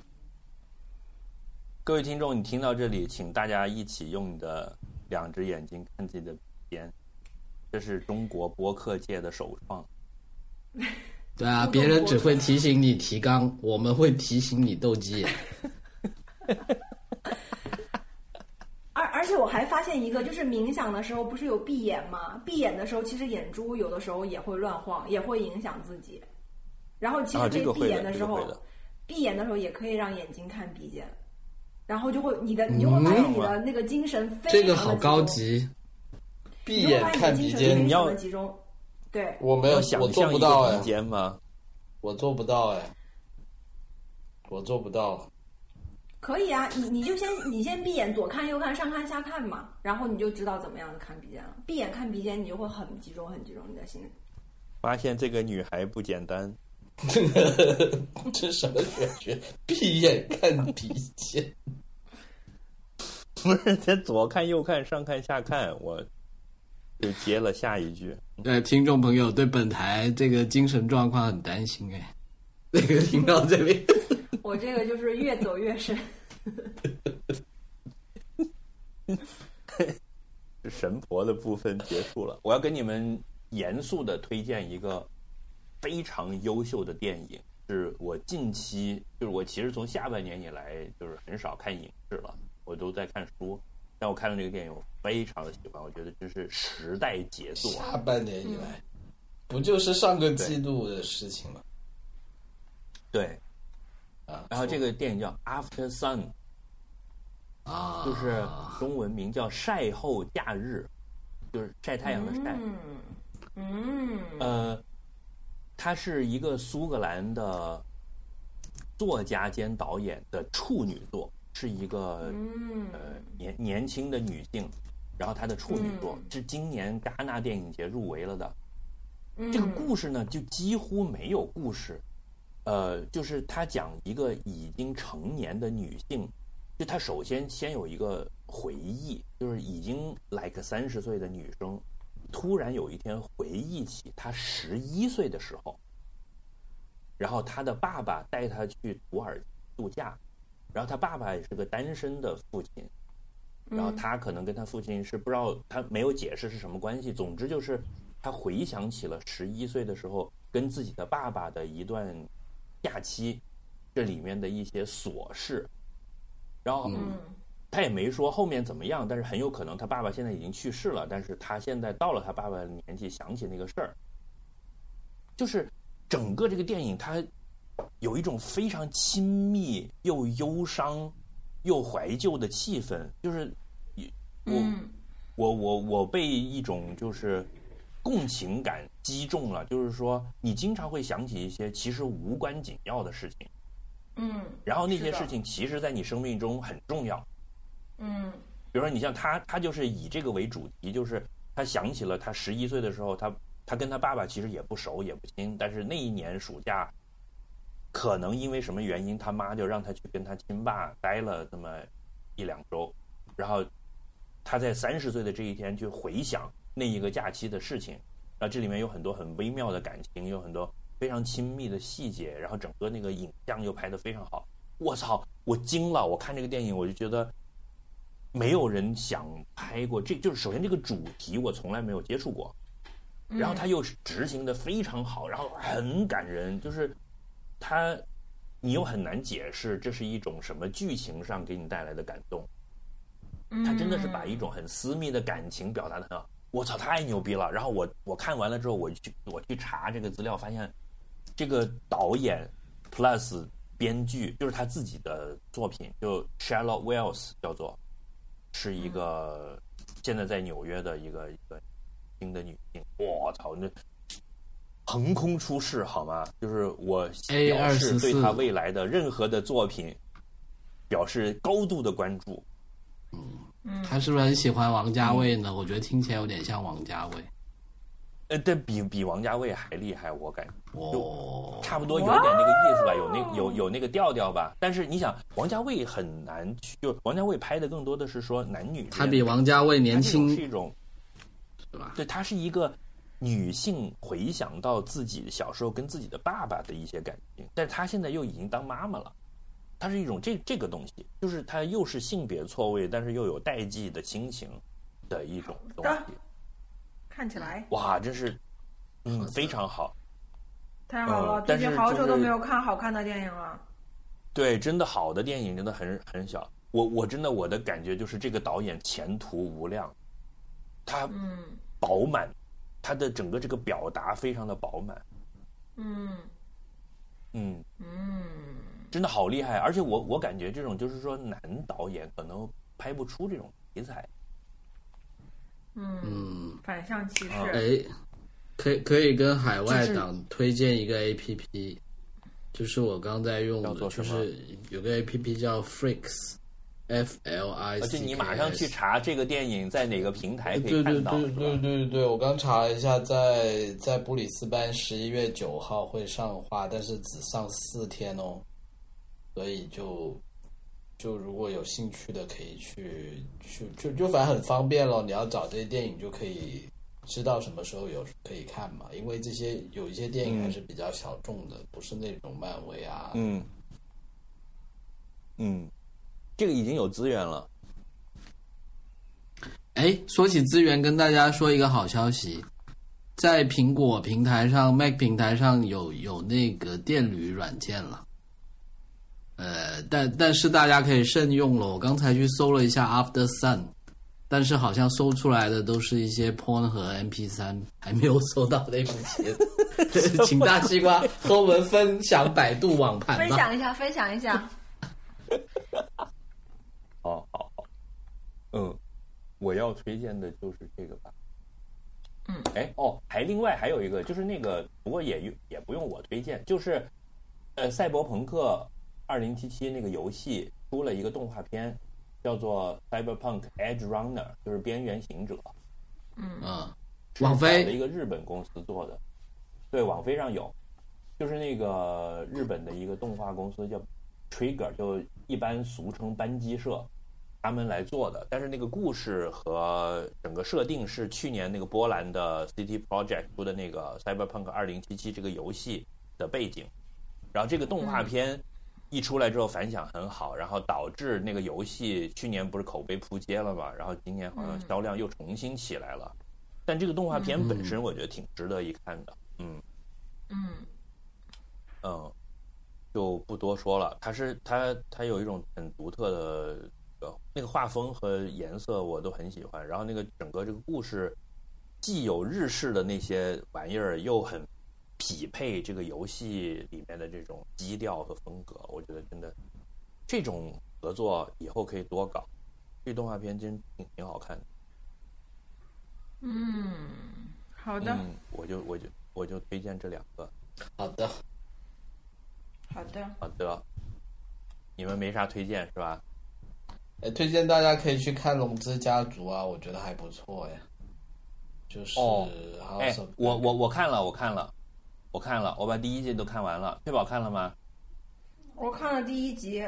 各位听众，你听到这里，请大家一起用你的2只眼睛看自己的鼻尖，这是中国播客界的首创。 对啊，别人只会提醒你提纲，我们会提醒你斗鸡眼。 而且我还发现一个，就是冥想的时候不是有闭眼吗？闭眼的时候，其实眼珠有的时候也会乱晃，也会影响自己。然后其实这闭眼的时候，闭眼的时候也可以让眼睛看鼻尖。然后就会你就会发现你的那个精神非常的这个好高级，闭眼看鼻尖， 你要集中。对， 我没有，我做不到鼻尖吗？ 我做不到我做不到。 可以啊，你先闭眼，左看右看上看下看嘛，然后你就知道怎么样的看鼻尖了。闭眼看鼻尖，你就会很集中你的心。 发现这个女孩不简单。 这什么学？闭眼看底线？ 不是，他左看右看上看下看，我就接了下一句。 听众朋友对本台这个精神状况很担心哎，那个听到这里， 我这个就是越走越深。 神婆的部分结束了，我要跟你们严肃的推荐一个非常优秀的电影，是我近期就是我其实从下半年以来就是很少看影视了，我都在看书，但我看了这个电影我非常的喜欢，我觉得这是时代杰作。 下半年以来，不就是上个季度的事情吗？ 对， 啊， 然后这个电影叫 After Sun。就是中文名叫晒后假日，就是晒太阳的晒。他是一个苏格兰的作家兼导演的处女作，是一个年轻的女性，然后她的处女作是今年戛纳电影节入围了的。这个故事呢，就几乎没有故事，就是他讲一个已经成年的女性。就她首先有一个回忆，就是已经30岁的女生，突然有一天回忆起她11岁的时候，然后她的爸爸带她去土耳其度假，然后她爸爸也是个单身的父亲，然后她可能跟她父亲是不知道，她没有解释是什么关系，总之就是她回想起了11岁的时候跟自己的爸爸的一段假期，这里面的一些琐事。然后他也没说后面怎么样，但是很有可能他爸爸现在已经去世了，但是他现在到了他爸爸的年纪，想起那个事儿。就是整个这个电影它有一种非常亲密又忧伤又怀旧的气氛，就是我被一种就是共情感击中了，就是说你经常会想起一些其实无关紧要的事情，然后那些事情其实在你生命中很重要。比如说你像他就是以这个为主题，就是他想起了他11岁的时候，他跟他爸爸其实也不熟也不亲，但是那一年暑假可能因为什么原因，他妈就让他去跟他亲爸待了这么1-2周，然后他在30岁的这一天去回想那一个假期的事情，然后这里面有很多很微妙的感情，有很多非常亲密的细节，然后整个那个影像又拍得非常好。我操，我惊了！我看这个电影我就觉得没有人想拍过，这就是首先这个主题我从来没有接触过，然后他又执行得非常好，然后很感人，就是你又很难解释这是一种什么剧情上给你带来的感动。他真的是把一种很私密的感情表达得很好，我操，太牛逼了！然后我看完了之后，我去查这个资料，发现这个导演 plus 编剧就是他自己的作品，就 Charlotte Wells 叫做，是一个现在在纽约的一个新的女性。我操，那横空出世好吗？就是我表示对他未来的任何的作品表示高度的关注。 他是不是很喜欢王家卫呢？我觉得听起来有点像王家卫。 但比王家卫还厉害，我感觉就差不多有点那个意思吧，有那个调调吧。但是你想，王家卫很难去，就王家卫拍的更多的是说男女， 他比王家卫年轻， 是一种， 是吧？ 对，他是一个女性回想到自己小时候跟自己的爸爸的一些感情，但是他现在又已经当妈妈了。它是一种这个东西，就是它又是性别错位，但是又有代际的亲情的一种东西。 看起来哇，真是非常好， 太好了！最近好久都没有看好看的电影了。 对，真的好的电影真的很小。我真的我的感觉就是这个导演前途无量，他饱满，他的整个这个表达非常的饱满。真的好厉害，而且我感觉这种就是说男导演可能拍不出这种题材。 反向歧视。 可以跟海外党推荐一个 APP，就是我刚在用的，就是有个 APP叫 Freaks， FLICKS， 而且你马上去查这个电影在哪个平台可以对看到。 对，我刚查了一下，在布里斯班11月9号会上画，但是只上4天哦，所以就如果有兴趣的可以去就反正很方便咯，你要找这些电影就可以知道什么时候可以看嘛，因为有一些电影还是比较小众的，不是那种漫威啊。 这个已经有资源了。 说起资源，跟大家说一个好消息，在苹果平台上 Mac 平台上有那个电驴软件了。但是大家可以慎用了，我刚才去搜了一下 After Sun， 但是好像搜出来的都是一些 porn 和 MP3， 还没有搜到那部片。请大西瓜和我们分享百度网盘吧。 分享一下。 好，我要推荐的就是这个吧。另外还有一个就是那个，不过也不用我推荐，就是赛博朋克2077那个游戏出了一个动画片，叫做 Cyberpunk Edge Runner， 就是边缘行者。 网飞的一个日本公司做的，对，网飞上有，就是那个日本的一个动画公司叫 Trigger， 就一般俗称班机社，他们来做的。但是那个故事和整个设定是去年那个波兰的 City Project 出的那个 Cyberpunk 2077这个游戏的背景。然后这个动画片一出来之后反响很好，然后导致那个游戏去年不是口碑扑街了嘛，然后今年好像销量又重新起来了。但这个动画片本身我觉得挺值得一看的。就不多说了。它有一种很独特的那个画风和颜色我都很喜欢，然后那个整个这个故事既有日式的那些玩意儿，又很匹配这个游戏里面的这种基调和风格。我觉得真的这种合作以后可以多搞，这动画片真挺好看的。 好的。 我就推荐这2个。 好的。 你们没啥推荐是吧？ 推荐大家可以去看《龙之家族》啊，我觉得还不错呀。就是我看了，我把第1季都看完了。翠宝看了吗？ 我看了第1集。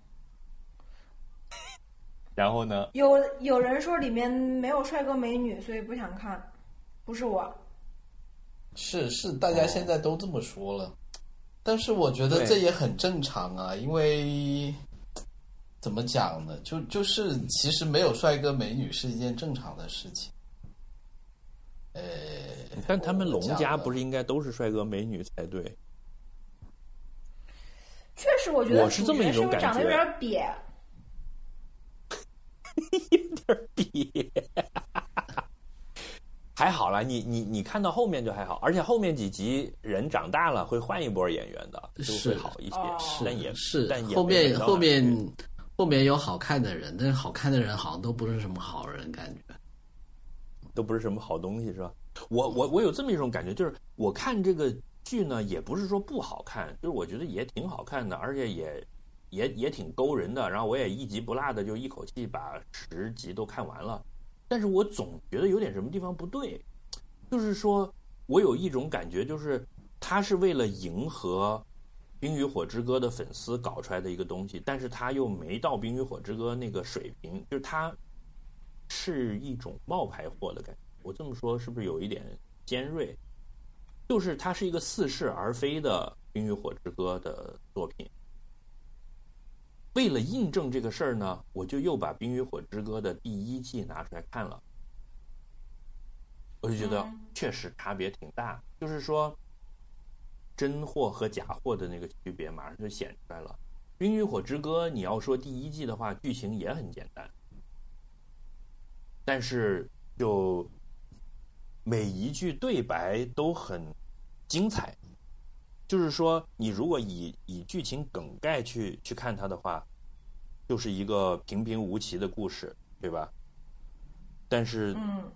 然后呢？ 有人说里面没有帅哥美女，所以不想看。不是我。 是，大家现在都这么说了。但是我觉得这也很正常啊，因为怎么讲呢？就是其实没有帅哥美女是一件正常的事情。 但他们龙家不是应该都是帅哥美女才对？ 确实，我觉得我是这么一种感觉， 长得有点瘪， 有点瘪。还好啦，你看到后面就还好，而且后面几集人长大了会换一波演员的，就会好一些。但也后面有好看的人，但是好看的人好像都不是什么好人，感觉都不是什么好东西，是吧？我有这么一种感觉，就是我看这个剧呢，也不是说不好看，就是我觉得也挺好看的，而且也挺勾人的。然后我也一集不落的就一口气把10集都看完了。但是我总觉得有点什么地方不对，就是说我有一种感觉，就是他是为了迎合《冰与火之歌》的粉丝搞出来的一个东西，但是他又没到《冰与火之歌》那个水平，就是他是一种冒牌货的感觉。我这么说是不是有一点尖锐？就是它是一个似是而非的《冰与火之歌》的作品。为了印证这个事儿呢，我就又把《冰与火之歌》的第1季拿出来看了，我就觉得确实差别挺大，就是说真货和假货的那个区别马上就显出来了。《冰与火之歌》你要说第1季的话，剧情也很简单，但是就每一句对白都很精彩。就是说，你如果以剧情梗概去看它的话，就是一个平平无奇的故事，对吧？但是，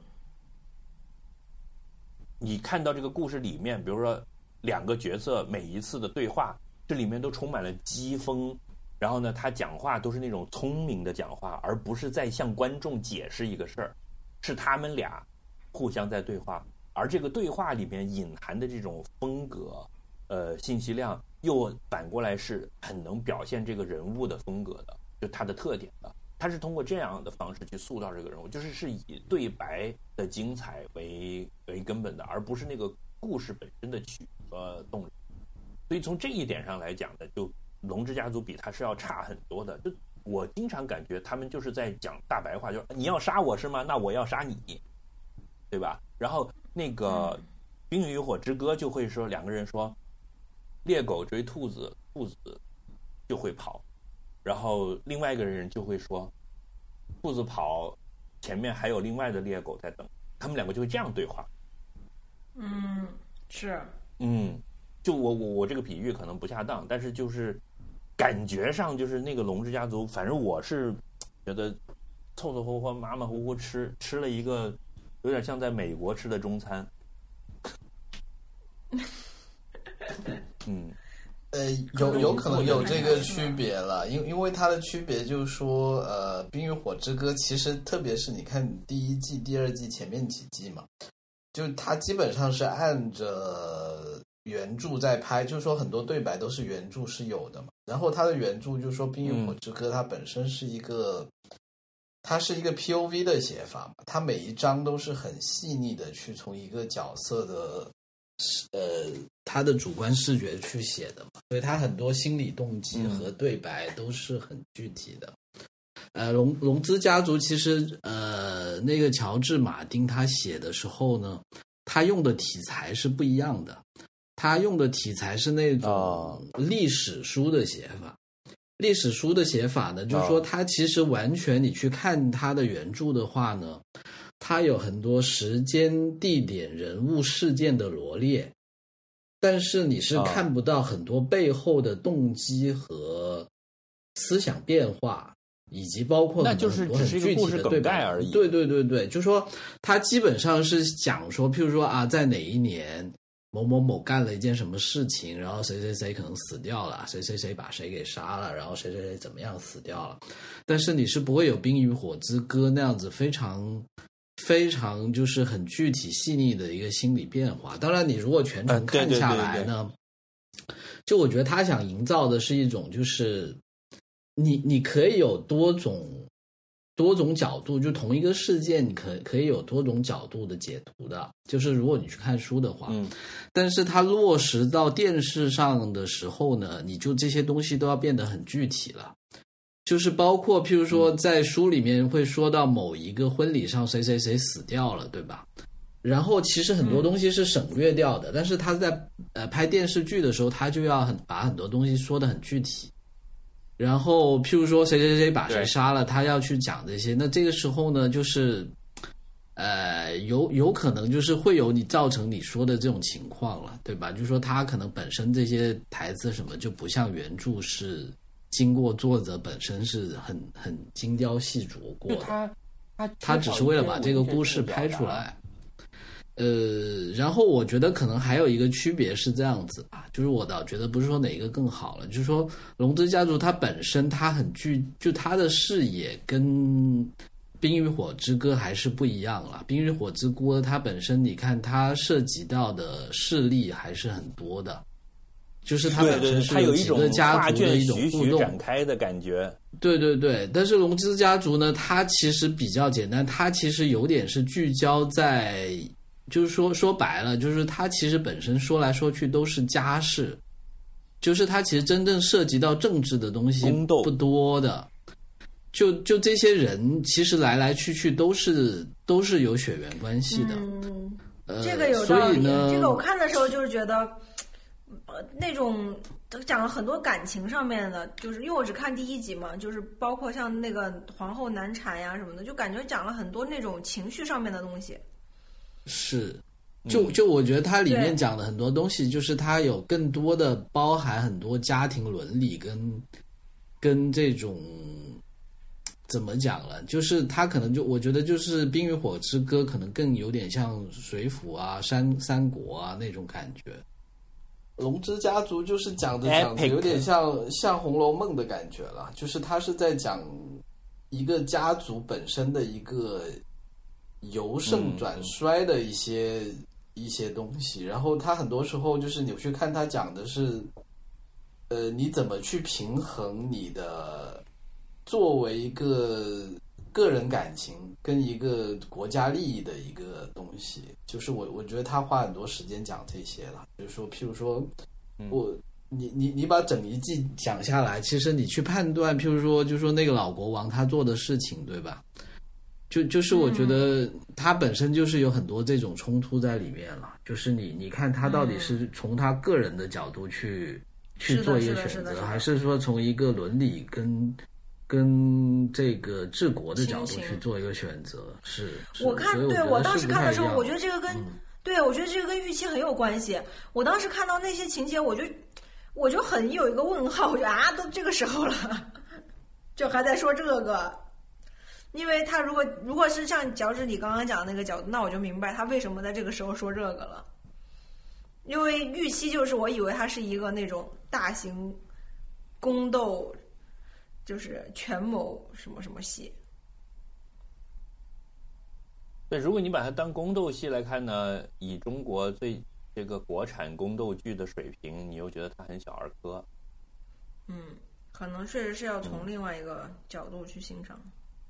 你看到这个故事里面，比如说2个角色每一次的对话，这里面都充满了讥讽， 然后呢，他讲话都是那种聪明的讲话，而不是在向观众解释一个事儿，是他们俩互相在对话，而这个对话里面隐含的这种风格，信息量又反过来是很能表现这个人物的风格的，就他的特点的。他是通过这样的方式去塑造这个人物，就是以对白的精彩为根本的，而不是那个故事本身的曲和动力。所以从这一点上来讲呢，就龙之家族比他是要差很多的。就我经常感觉他们就是在讲大白话，就是你要杀我是吗？那我要杀你，对吧？然后那个冰与火之歌就会说，两个人说猎狗追兔子，兔子就会跑，然后另外一个人就会说兔子跑，前面还有另外的猎狗在等，他们两个就会这样对话。 是， 就我这个比喻可能不恰当，但是就是感觉上就是那个龙之家族，反正我是觉得凑凑合合马马虎虎吃了一个有点像在美国吃的中餐。 有可能有这个区别了，因为它的区别就是说，冰与火之歌其实特别是你看第一季、第二季前面几季嘛，就它基本上是按着原著在拍，就是说很多对白都是原著是有的嘛。然后它的原著就是说冰与火之歌它本身是一个，它是一个 POV 的写法嘛，它每一章都是很细腻的去从一个角色的他的主观视觉去写的嘛，所以他很多心理动机和对白都是很具体的。龙之家族其实那个乔治马丁他写的时候呢，他用的题材是不一样的，他用的题材是那种历史书的写法。历史书的写法呢，就是说他其实完全你去看他的原著的话呢，它有很多时间、地点、人物、事件的罗列，但是你是看不到很多背后的动机和思想变化，以及包括很多很具体的对白而已。对对对对，就说它基本上是讲说，譬如说啊，在哪一年某某某干了一件什么事情，然后谁谁谁可能死掉了，谁谁谁把谁给杀了，然后谁谁谁怎么样死掉了。但是你是不会有《冰与火之歌》那样子非常就是很具体细腻的一个心理变化。当然你如果全程看下来呢，就我觉得他想营造的是一种就是你可以有多种角度，就同一个事件你可以有多种角度的解读的，就是如果你去看书的话，但是它落实到电视上的时候呢，你就这些东西都要变得很具体了。就是包括譬如说在书里面会说到某一个婚礼上谁谁谁死掉了，对吧？然后其实很多东西是省略掉的，但是他在拍电视剧的时候，他就要把很多东西说得很具体。然后譬如说谁谁谁把谁杀了，他要去讲这些，那这个时候呢，就是有可能就是会有你造成你说的这种情况了，对吧？就是说他可能本身这些台词什么就不像原著是经过作者本身是很精雕细琢过的，他只是为了把这个故事拍出来。然后我觉得可能还有一个区别是这样子吧，就是我倒觉得不是说哪一个更好了，就是说龙之家族它本身它就它的视野跟冰与火之歌还是不一样了。冰与火之歌它本身你看它涉及到的势力还是很多的，就是它本身是有几个家族的一种互动展开的感觉。 对对对，但是龙之家族呢，它其实比较简单，它其实有点是聚焦在，就是说白了，就是它其实本身说来说去都是家事，就是它其实真正涉及到政治的东西不多的。就这些人其实来来去去都是有血缘关系的。 这个有道理。 所以呢， 这个我看的时候就是觉得，那种讲了很多感情上面的，就是因为我只看第一集嘛，就是包括像那个皇后难产呀什么的，就感觉讲了很多那种情绪上面的东西。是， 就我觉得它里面讲的很多东西，就是它有更多的包含很多家庭伦理跟这种怎么讲了，就是它可能就我觉得就是《冰与火之歌》可能更有点像水浒啊、三国啊那种感觉。 龙之家族就是讲着有点像《红楼梦》的感觉了，就是他是在讲一个家族本身的一个由盛转衰的一些东西，然后他很多时候就是你去看他讲的是，你怎么去平衡你的作为一个个人感情跟一个国家利益的一个东西，就是我觉得他花很多时间讲这些了，就是说，譬如说，你把整一季讲下来，其实你去判断，譬如说，就说那个老国王他做的事情，对吧？就是我觉得他本身就是有很多这种冲突在里面了，就是你看他到底是从他个人的角度去做一个选择，还是说从一个伦理跟这个治国的角度去做一个选择？ 我当时看的时候，我觉得这个我觉得这个跟预期很有关系。我当时看到那些情节，我就很有一个问号，我觉得都这个时候了，就还在说这个。因为他如果是像脚趾你刚刚讲的那个角度，那我就明白他为什么在这个时候说这个了。因为预期就是我以为它是一个那种大型宫斗，就是权谋什么什么戏。 对，如果你把它当宫斗戏来看呢，以中国这个国产宫斗剧的水平，你又觉得它很小儿科。 可能确实是要从另外一个角度去欣赏。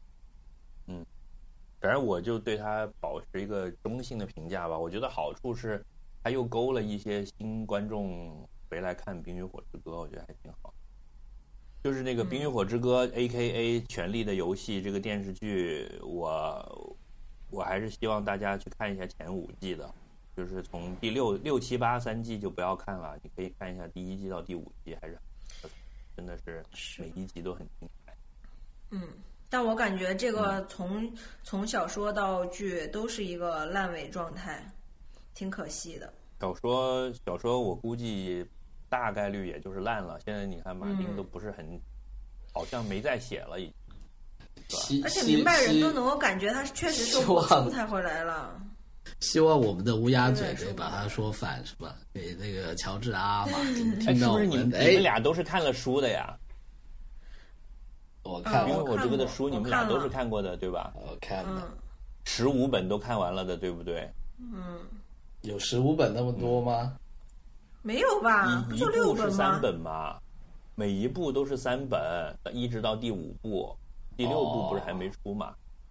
反正我就对它保持一个中性的评价吧。我觉得好处是，它又勾了一些新观众回来看《冰与火之歌》，我觉得还挺好。就是那个《冰与火之歌》AKA《权力的游戏》这个电视剧，我还是希望大家去看一下前5季的，就是从第6、7、8 3季就不要看了，你可以看一下第1季到第5季，还是真的是每一集都很精彩。 但我感觉这个从小说到剧都是一个烂尾状态，挺可惜的。 小说我估计大概率也就是烂了。现在你看马丁都不是很，好像没再写了已经。 而且明白人都能够感觉他确实是火出才回来了。 希望我们的乌鸦嘴可以把他说反，是吧？给那个乔治马丁听到我们。 是不是你们俩都是看了书的呀？ 我看了， 因为我这个的书你们俩都是看过的，对吧？ 我看了 ，15本都看完了的，对不对？ 有15本那么多吗？ 没有吧？不就6本吗？ 一部是3本吗？每一部都是3本，一直到第5部，第6部不是还没出吗？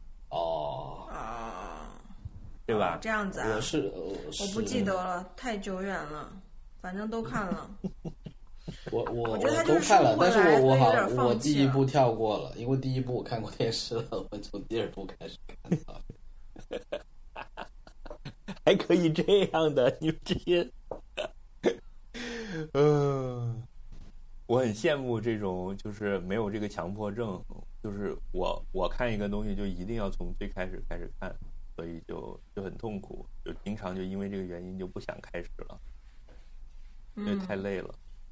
对吧？ 这样子啊？我不记得了，太久远了，反正都看了。 我觉得他都看了，但是我第1部跳过了，因为第1部我看过电视了，我从第2部开始看的。 还可以这样的，你们这些，我很羡慕这种就是没有这个强迫症，就是我看一个东西就一定要从最开始看，所以就很痛苦，就经常就因为这个原因就不想开始了，因为太累了。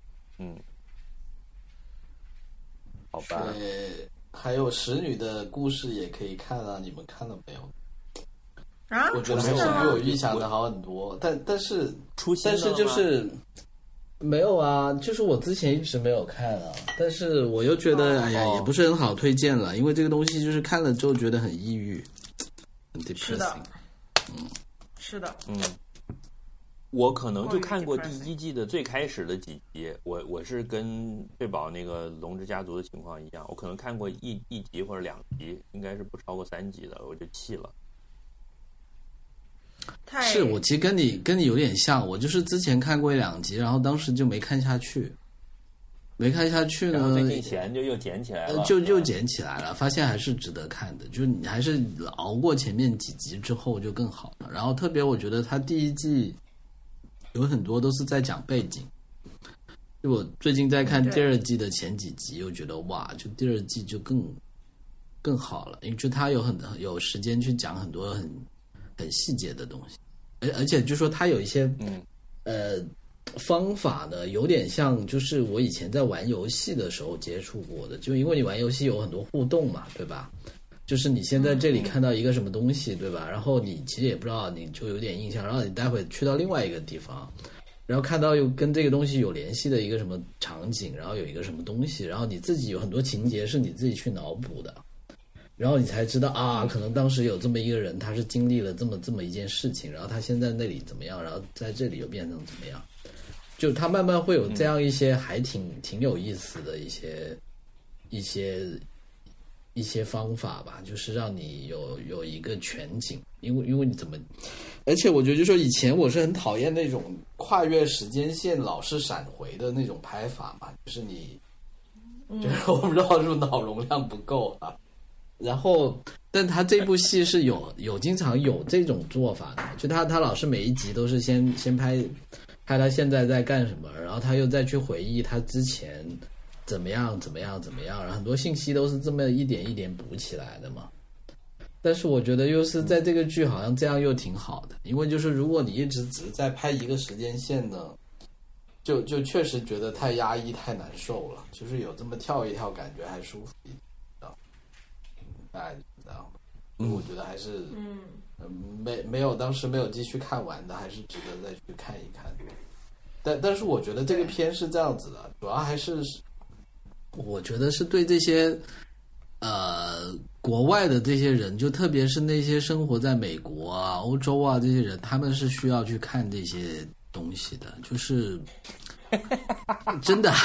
好吧。 还有使女的故事也可以看啊，你们看了没有？我觉得还是比我预想的好很多，但是就是没有啊，就是我之前一直没有看啊，但是我又觉得也不是很好推荐了，因为这个东西就是看了之后觉得很抑郁，很 depressing。 是的。 我可能就看过第1季的最开始的几集，我是跟贝宝那个龙之家族的情况一样，我可能看过一集或者2集，应该是不超过3集的，我就弃了。 是我其实跟你有点像，我就是之前看过1-2集，然后当时就没看下去呢， 然后最近闲就又捡起来了， 就捡起来了，发现还是值得看的，就你还是熬过前面几集之后就更好了。然后特别我觉得他第1季有很多都是在讲背景，就我最近在看第2季的前几集，又觉得哇，就第2季就更好了，因为就他有时间去讲很多很细节的东西，而且就说他有一些方法呢，有点像就是我以前在玩游戏的时候接触过的，就因为你玩游戏有很多互动嘛，对吧？就是你先在这里看到一个什么东西，对吧？然后你其实也不知道，你就有点印象，然后你待会去到另外一个地方， 然后看到有跟这个东西有联系的一个什么场景，然后有一个什么东西，然后你自己有很多情节是你自己去脑补的，然后你才知道啊，可能当时有这么一个人，他是经历了这么一件事情，然后他现在那里怎么样，然后在这里又变成怎么样，就他慢慢会有这样一些还挺有意思的一些方法吧，就是让你有一个全景，因为你怎么，而且我觉得就说以前我是很讨厌那种跨越时间线老是闪回的那种拍法嘛，就是你，就是我不知道是不是脑容量不够啊。然后，但他这部戏是有经常有这种做法的，就他老是每一集都是先拍他现在在干什么，然后他又再去回忆他之前怎么样，然后很多信息都是这么一点一点补起来的嘛。但是我觉得又是在这个剧好像这样又挺好的，因为就是如果你一直只是在拍一个时间线呢，就确实觉得太压抑太难受了，就是有这么跳一跳感觉还舒服一点。大家知道，我觉得还是没有当时没有继续看完的，还是值得再去看一看。但是我觉得这个片是这样子的，主要还是我觉得是对这些国外的这些人，就特别是那些生活在美国啊、欧洲啊这些人，他们是需要去看这些东西的，就是真的。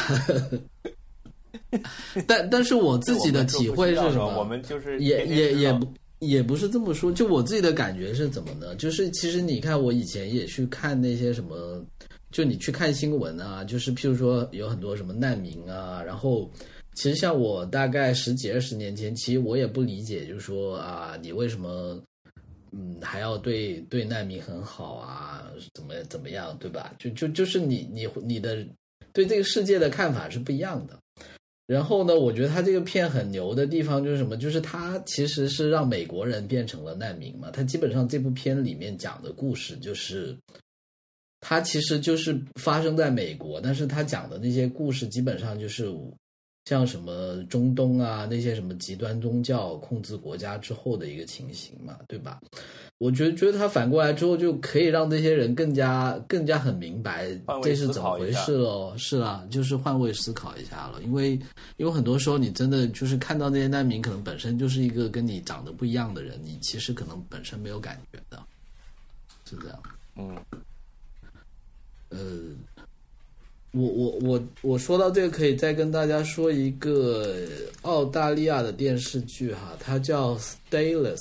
但是我自己的体会是什么？ 我们就是也不是这么说，就我自己的感觉是怎么呢？就是其实你看，我以前也去看那些什么，就你去看新闻啊，就是譬如说有很多什么难民啊，然后其实像我大概10几20年前，其实我也不理解，就是说啊，你为什么还要对难民很好啊，怎么样，对吧？就是你的对这个世界的看法是不一样的。然后呢，我觉得他这个片很牛的地方就是什么？就是他其实是让美国人变成了难民嘛。他基本上这部片里面讲的故事就是，他其实就是发生在美国，但是他讲的那些故事基本上就是像什么中东啊那些什么极端宗教控制国家之后的一个情形嘛，对吧？我觉得他反过来之后就可以让这些人更加很明白这是怎么回事咯。是啊，就是换位思考一下了，因为很多时候你真的就是看到那些难民可能本身就是一个跟你长得不一样的人，你其实可能本身没有感觉的，是这样。我说到这个可以再跟大家说一个澳大利亚的电视剧哈，它叫 Stateless，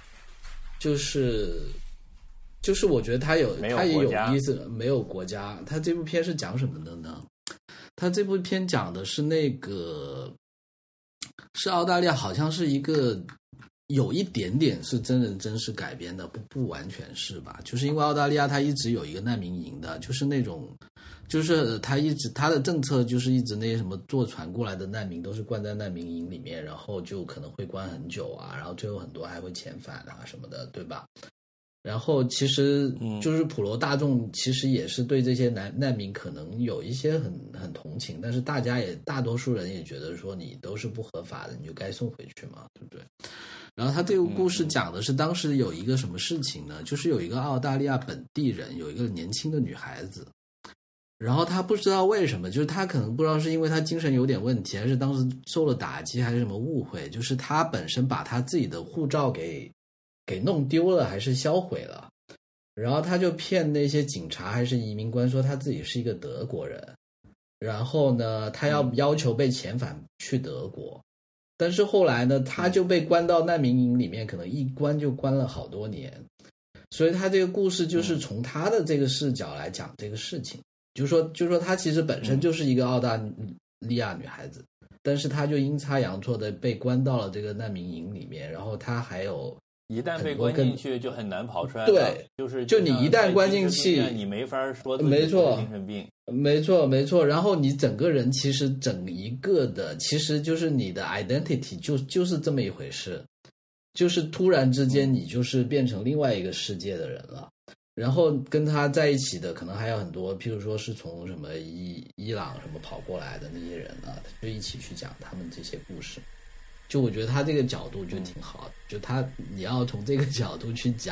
就是我觉得它也有意思，没有国家。它这部片是讲什么的呢？它这部片讲的是那个是澳大利亚，好像是一个有一点点是真人真事改编的，不完全是吧？就是因为澳大利亚它一直有一个难民营的，就是那种。就是他的政策就是一直那些什么坐船过来的难民都是关在难民营里面，然后就可能会关很久啊，然后最后很多还会遣返啊什么的，对吧？然后其实就是普罗大众其实也是对这些难民可能有一些很同情，但是大多数人也觉得说你都是不合法的，你就该送回去嘛，对不对？然后他这个故事讲的是当时有一个什么事情呢？就是有一个澳大利亚本地人，有一个年轻的女孩子。然后他不知道为什么，就是他可能不知道是因为他精神有点问题，还是当时受了打击，还是什么误会，就是他本身把他自己的护照给弄丢了，还是销毁了，然后他就骗那些警察还是移民官说他自己是一个德国人，然后呢他要求被遣返去德国，但是后来呢他就被关到难民营里面，可能一关就关了好多年，所以他这个故事就是从他的这个视角来讲这个事情。就说她其实本身就是一个澳大利亚女孩子，但是她就阴差阳错的被关到了这个难民营里面，然后她还有一旦被关进去就很难跑出来。 对，就你一旦关进去， 你没法说自己是精神病。 没错。然后你整个人其实整一个的，其实就是你的 identity 就是这么一回事，就是突然之间你就是变成另外一个世界的人了。然后跟他在一起的可能还有很多，譬如说是从什么伊朗什么跑过来的那些人啊，就一起去讲他们这些故事。就我觉得他这个角度就挺好的，就你要从这个角度去讲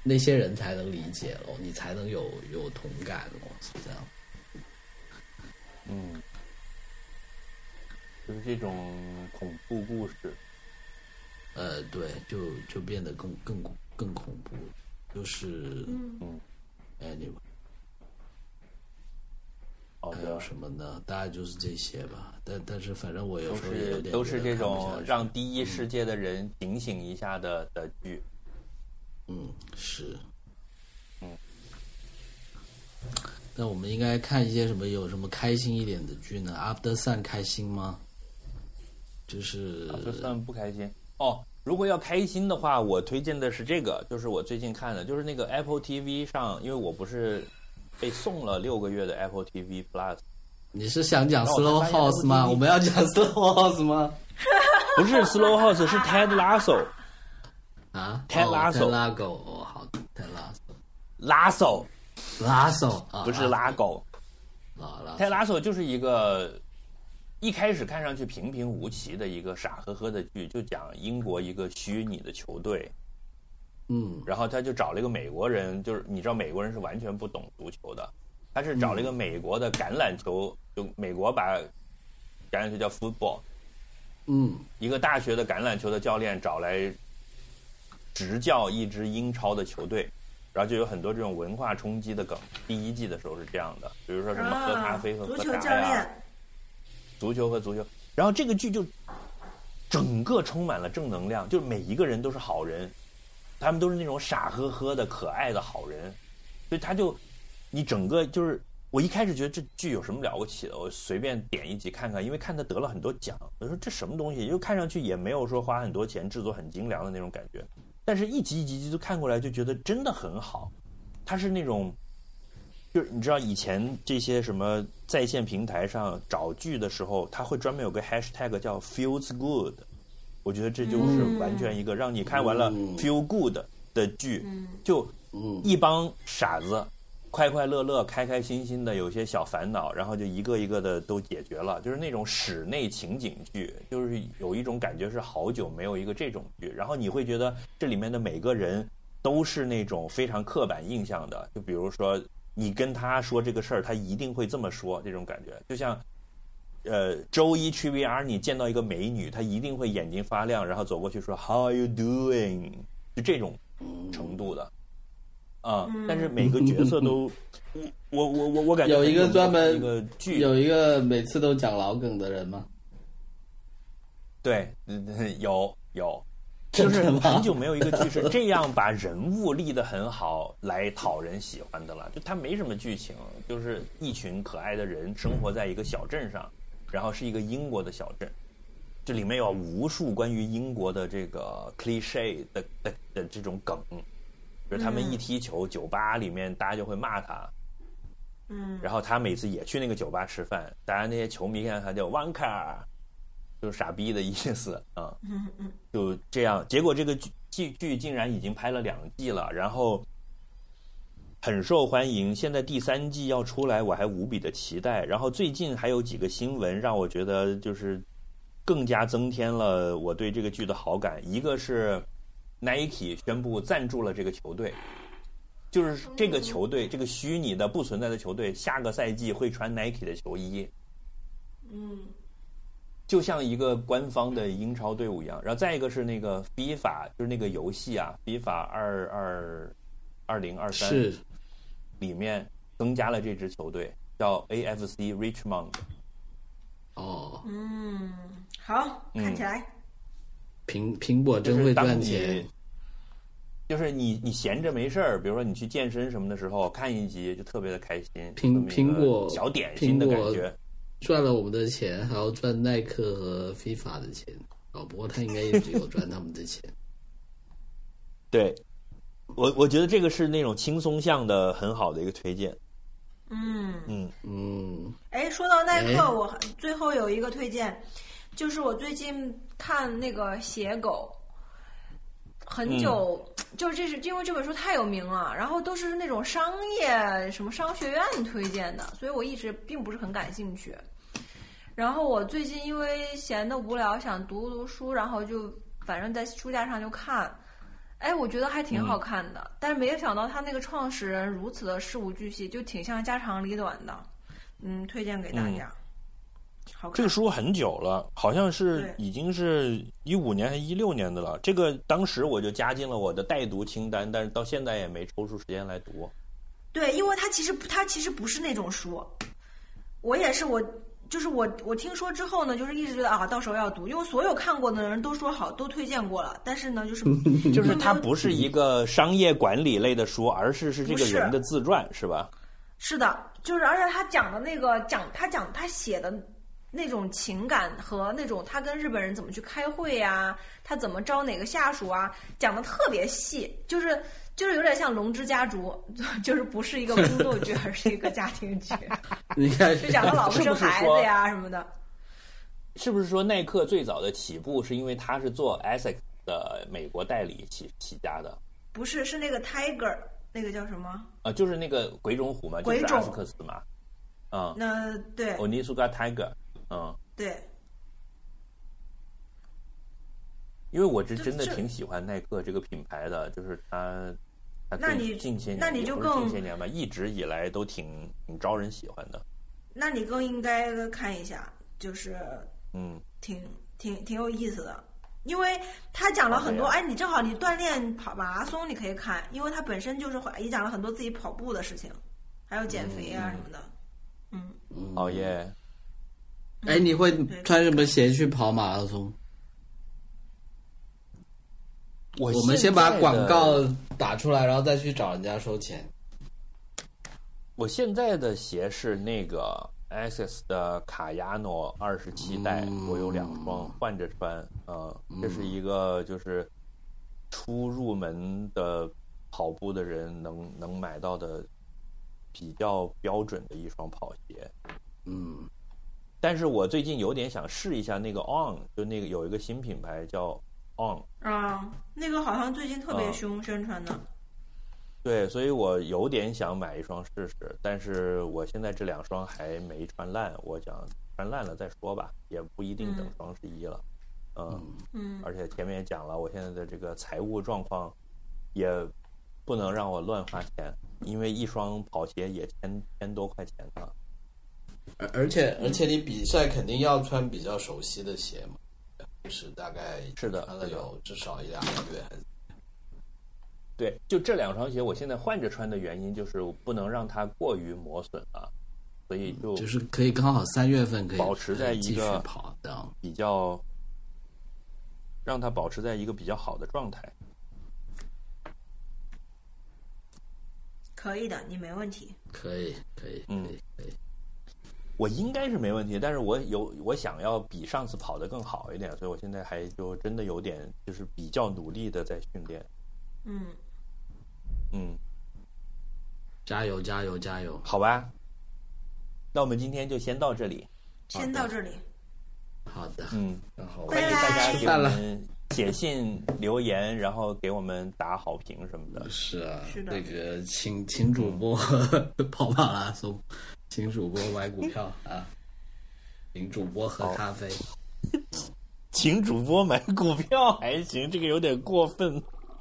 那些人才能理解咯，你才能有同感咯，是这样。 就是这种恐怖故事。 对，就变得更恐怖，就是anyway。 好的， 还有什么呢？大概就是这些吧。但是反正我有时候也有点都是这种让第一世界的人警醒一下的剧。 是。那我们应该看一些有什么开心一点的剧呢 ？After Sun 开心吗？就是 After Sun 不开心哦。如果要开心的话，我推荐的是这个，就是我最近看的，就是那个 Apple TV 上，因为我不是被送了6个月的 Apple TV Plus。 你是想讲 Slow House 吗？我们要讲 Slow House 吗？ 不是 Slow House， 是 Ted Lasso。 啊 ，Ted Lasso。 拉狗哦，好 ，Ted Lasso。不是拉狗。Ted Lasso 就是一个一开始看上去平平无奇的一个傻呵呵的剧，就讲英国一个虚拟的球队。然后他就找了一个美国人，就是你知道美国人是完全不懂足球的，他是找了一个美国的橄榄球，就美国把橄榄球叫 football，一个大学的橄榄球的教练找来执教一支英超的球队，然后就有很多这种文化冲击的梗。第1季的时候是这样的，比如说什么喝咖啡和喝茶呀，足球和足球，然后这个剧就整个充满了正能量，就是每一个人都是好人。他们都是那种傻呵呵的可爱的好人，所以他就你整个就是我一开始觉得这剧有什么了不起的，我随便点一集看看，因为看他得了很多奖，我说这什么东西，就看上去也没有说花很多钱制作很精良的那种感觉，但是一集一集就看过来就觉得真的很好。他是那种就是你知道以前这些什么在线平台上找剧的时候，他会专门有个 hashtag 叫 feels good，我觉得这就是完全一个让你看完了 feel good 的剧，就一帮傻子快快乐乐开开心心的，有些小烦恼然后就一个一个的都解决了，就是那种室内情景剧，就是有一种感觉是好久没有一个这种剧，然后你会觉得这里面的每个人都是那种非常刻板印象的，就比如说你跟他说这个事儿他一定会这么说，这种感觉就像周一去 VR 你见到一个美女，她一定会眼睛发亮，然后走过去说 How are you doing， 就这种程度的但是每个角色都我感觉有一个专门一个剧， 有一个每次都讲老梗的人吗？ 对，有就是很久没有一个剧是这样把人物立得很好来讨人喜欢的了，就它没什么剧情，就是一群可爱的人生活在一个小镇上，然后是一个英国的小镇，这里面有无数关于英国的这个 cliché 的这种梗，比如他们一踢球，酒吧里面大家就会骂他，然后他每次也去那个酒吧吃饭，大家那些球迷看他叫 Wanker， 就是傻逼的意思啊，就这样，结果这个剧竟然已经拍了2季了，然后很受欢迎，现在第3季要出来，我还无比的期待。然后最近还有几个新闻让我觉得就是更加增添了我对这个剧的好感。一个是 Nike 宣布赞助了这个球队，就是这个球队，这个虚拟的不存在的球队，下个赛季会穿 Nike 的球衣，就像一个官方的英超队伍一样。然后再一个是那个 FIFA， 就是那个游戏啊 FIFA 2023 是里面增加了这支球队，叫 AFC Richmond。 好，看起来苹果真会赚钱。 就是你闲着没事儿，比如说你去健身什么的时候看一集就特别的开心， 苹果小点心的感觉， 赚了我们的钱，还要赚耐克和 FIFA 的钱。不过他应该也只有赚他们的钱。 对，我觉得这个是那种轻松向的很好的一个推荐。 说到耐克，我最后有一个推荐，就是我最近看那个写狗。很久，就是这是因为这本书太有名了，然后都是那种商业什么商学院推荐的，所以我一直并不是很感兴趣。然后我最近因为闲得无聊，想读读书，然后就反正在书架上就看， 哎，我觉得还挺好看的，但是没有想到他那个创始人如此的事无巨细，就挺像家长里短的。推荐给大家。好看。 这个书很久了，好像是已经是15年还是16年的了。这个当时我就加进了我的待读清单，但是到现在也没抽出时间来读。 对，因为它其实不是那种书，我听说之后呢，就是一直觉得到时候要读，因为所有看过的人都说好，都推荐过了，但是呢，就是它不是一个商业管理类的书，而是这个人的自传，是吧？ 是的，就是而且他讲的那个他写的那种情感和那种他跟日本人怎么去开会呀，他怎么招哪个下属啊，讲的特别细，就是有点像《龙之家族》，就是不是一个宫斗剧，而是一个家庭剧。 你看， 就讲他老婆生孩子呀什么的。 是不是说耐克最早的起步是因为他是做 Essex 的美国代理起家的？ 不是，是那个 Tiger， 那个叫什么？ 就是那个鬼冢虎嘛，就是阿斯克斯嘛。 那对。 Onitsuka Tiger， 对。 因为我真的挺喜欢耐克这个品牌的，就是它近些年吧，一直以来都挺招人喜欢的。 那你更应该看一下，就是挺有意思的，因为他讲了很多。你正好你锻炼跑马拉松，你可以看，因为他本身就是也讲了很多自己跑步的事情，还有减肥啊什么的。 哦耶！ 哎，你会穿什么鞋去跑马拉松？我们先把广告打出来，然后再去找人家收钱。 我现在的鞋是那个 Essex 的卡亚诺27代，我有2双换着穿。这是一个就是初入门的跑步的人能买到的比较标准的一双跑鞋。但是我最近有点想试一下那个 On， 就那个有一个新品牌叫 On 那个好像最近特别凶宣传的。 对，所以我有点想买一双试试，但是我现在这2双还没穿烂，我想穿烂了再说吧，也不一定等双11了。而且前面也讲了，我现在的这个财务状况也不能让我乱花钱，因为一双跑鞋也1000多块钱呢。 而且你比赛肯定要穿比较熟悉的鞋嘛，就是大概是的， 穿了有至少1-2个月还是。 对，就这2双鞋，我现在换着穿的原因就是不能让它过于磨损了，所以就是可以刚好3月份可以保持在一个跑这样比较，让它保持在一个比较好的状态。 可以的，你没问题。 可以。 我应该是没问题，但是我想要比上次跑得更好一点，所以我现在还就真的有点就是比较努力的在训练。 加油！ 好吧，那我们今天就先到这里。 好的。 欢迎大家给我们写信留言，然后给我们打好评什么的。 是啊， 是的。 那个请主播跑马拉松，请主播买股票啊，请主播喝咖啡， 请主播买股票还行，这个有点过分。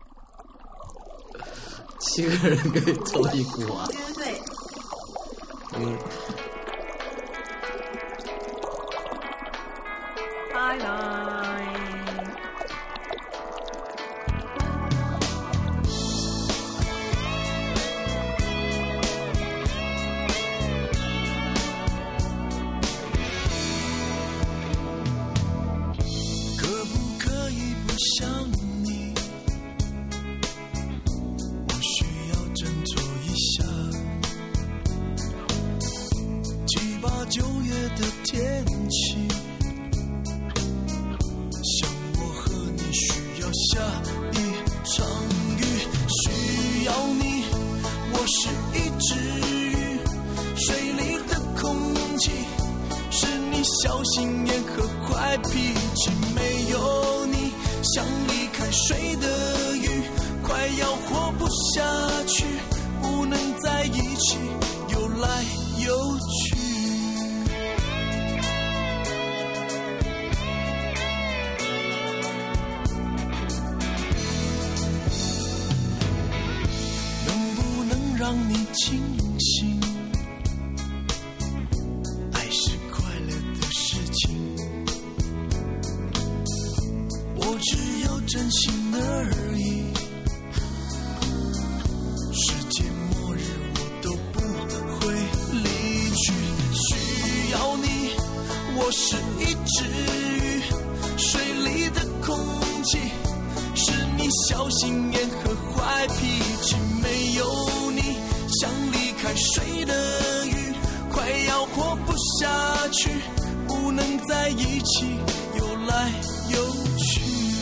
7个人可以凑一股啊。 捐费。拜拜。 可不可以不想你？我需要振作一下。7、8、9月的天气，像我和你需要下一场雨，需要你，我是一只鱼，水里的空气是你小心眼和坏脾气，没有你像离开水的鱼，快要活不下去，不能在一起游来游去。 让你清醒。爱是快乐的事情，我只有真心而已。世界末日我都不会离去，需要你，我是一只鱼，水里的空气是你小心眼和坏脾气，没有你像离开水的鱼，快要活不下去，不能在一起游来游去。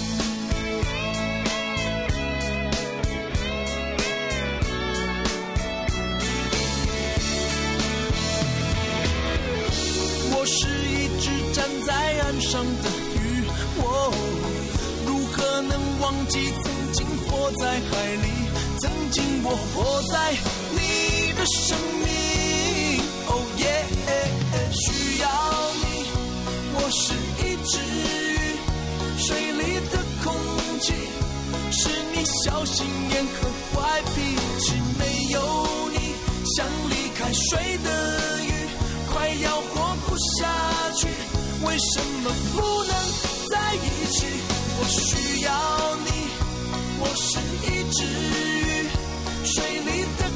我是一只站在岸上的鱼，如何能忘记曾经活在海里，曾经我活在你的生命。哦耶，需要你，我是一只鱼，水里的空气是你小心眼和坏脾气，没有你像离开水的鱼，快要活不下去，为什么不能在一起？我需要你，我是一只鱼，水里的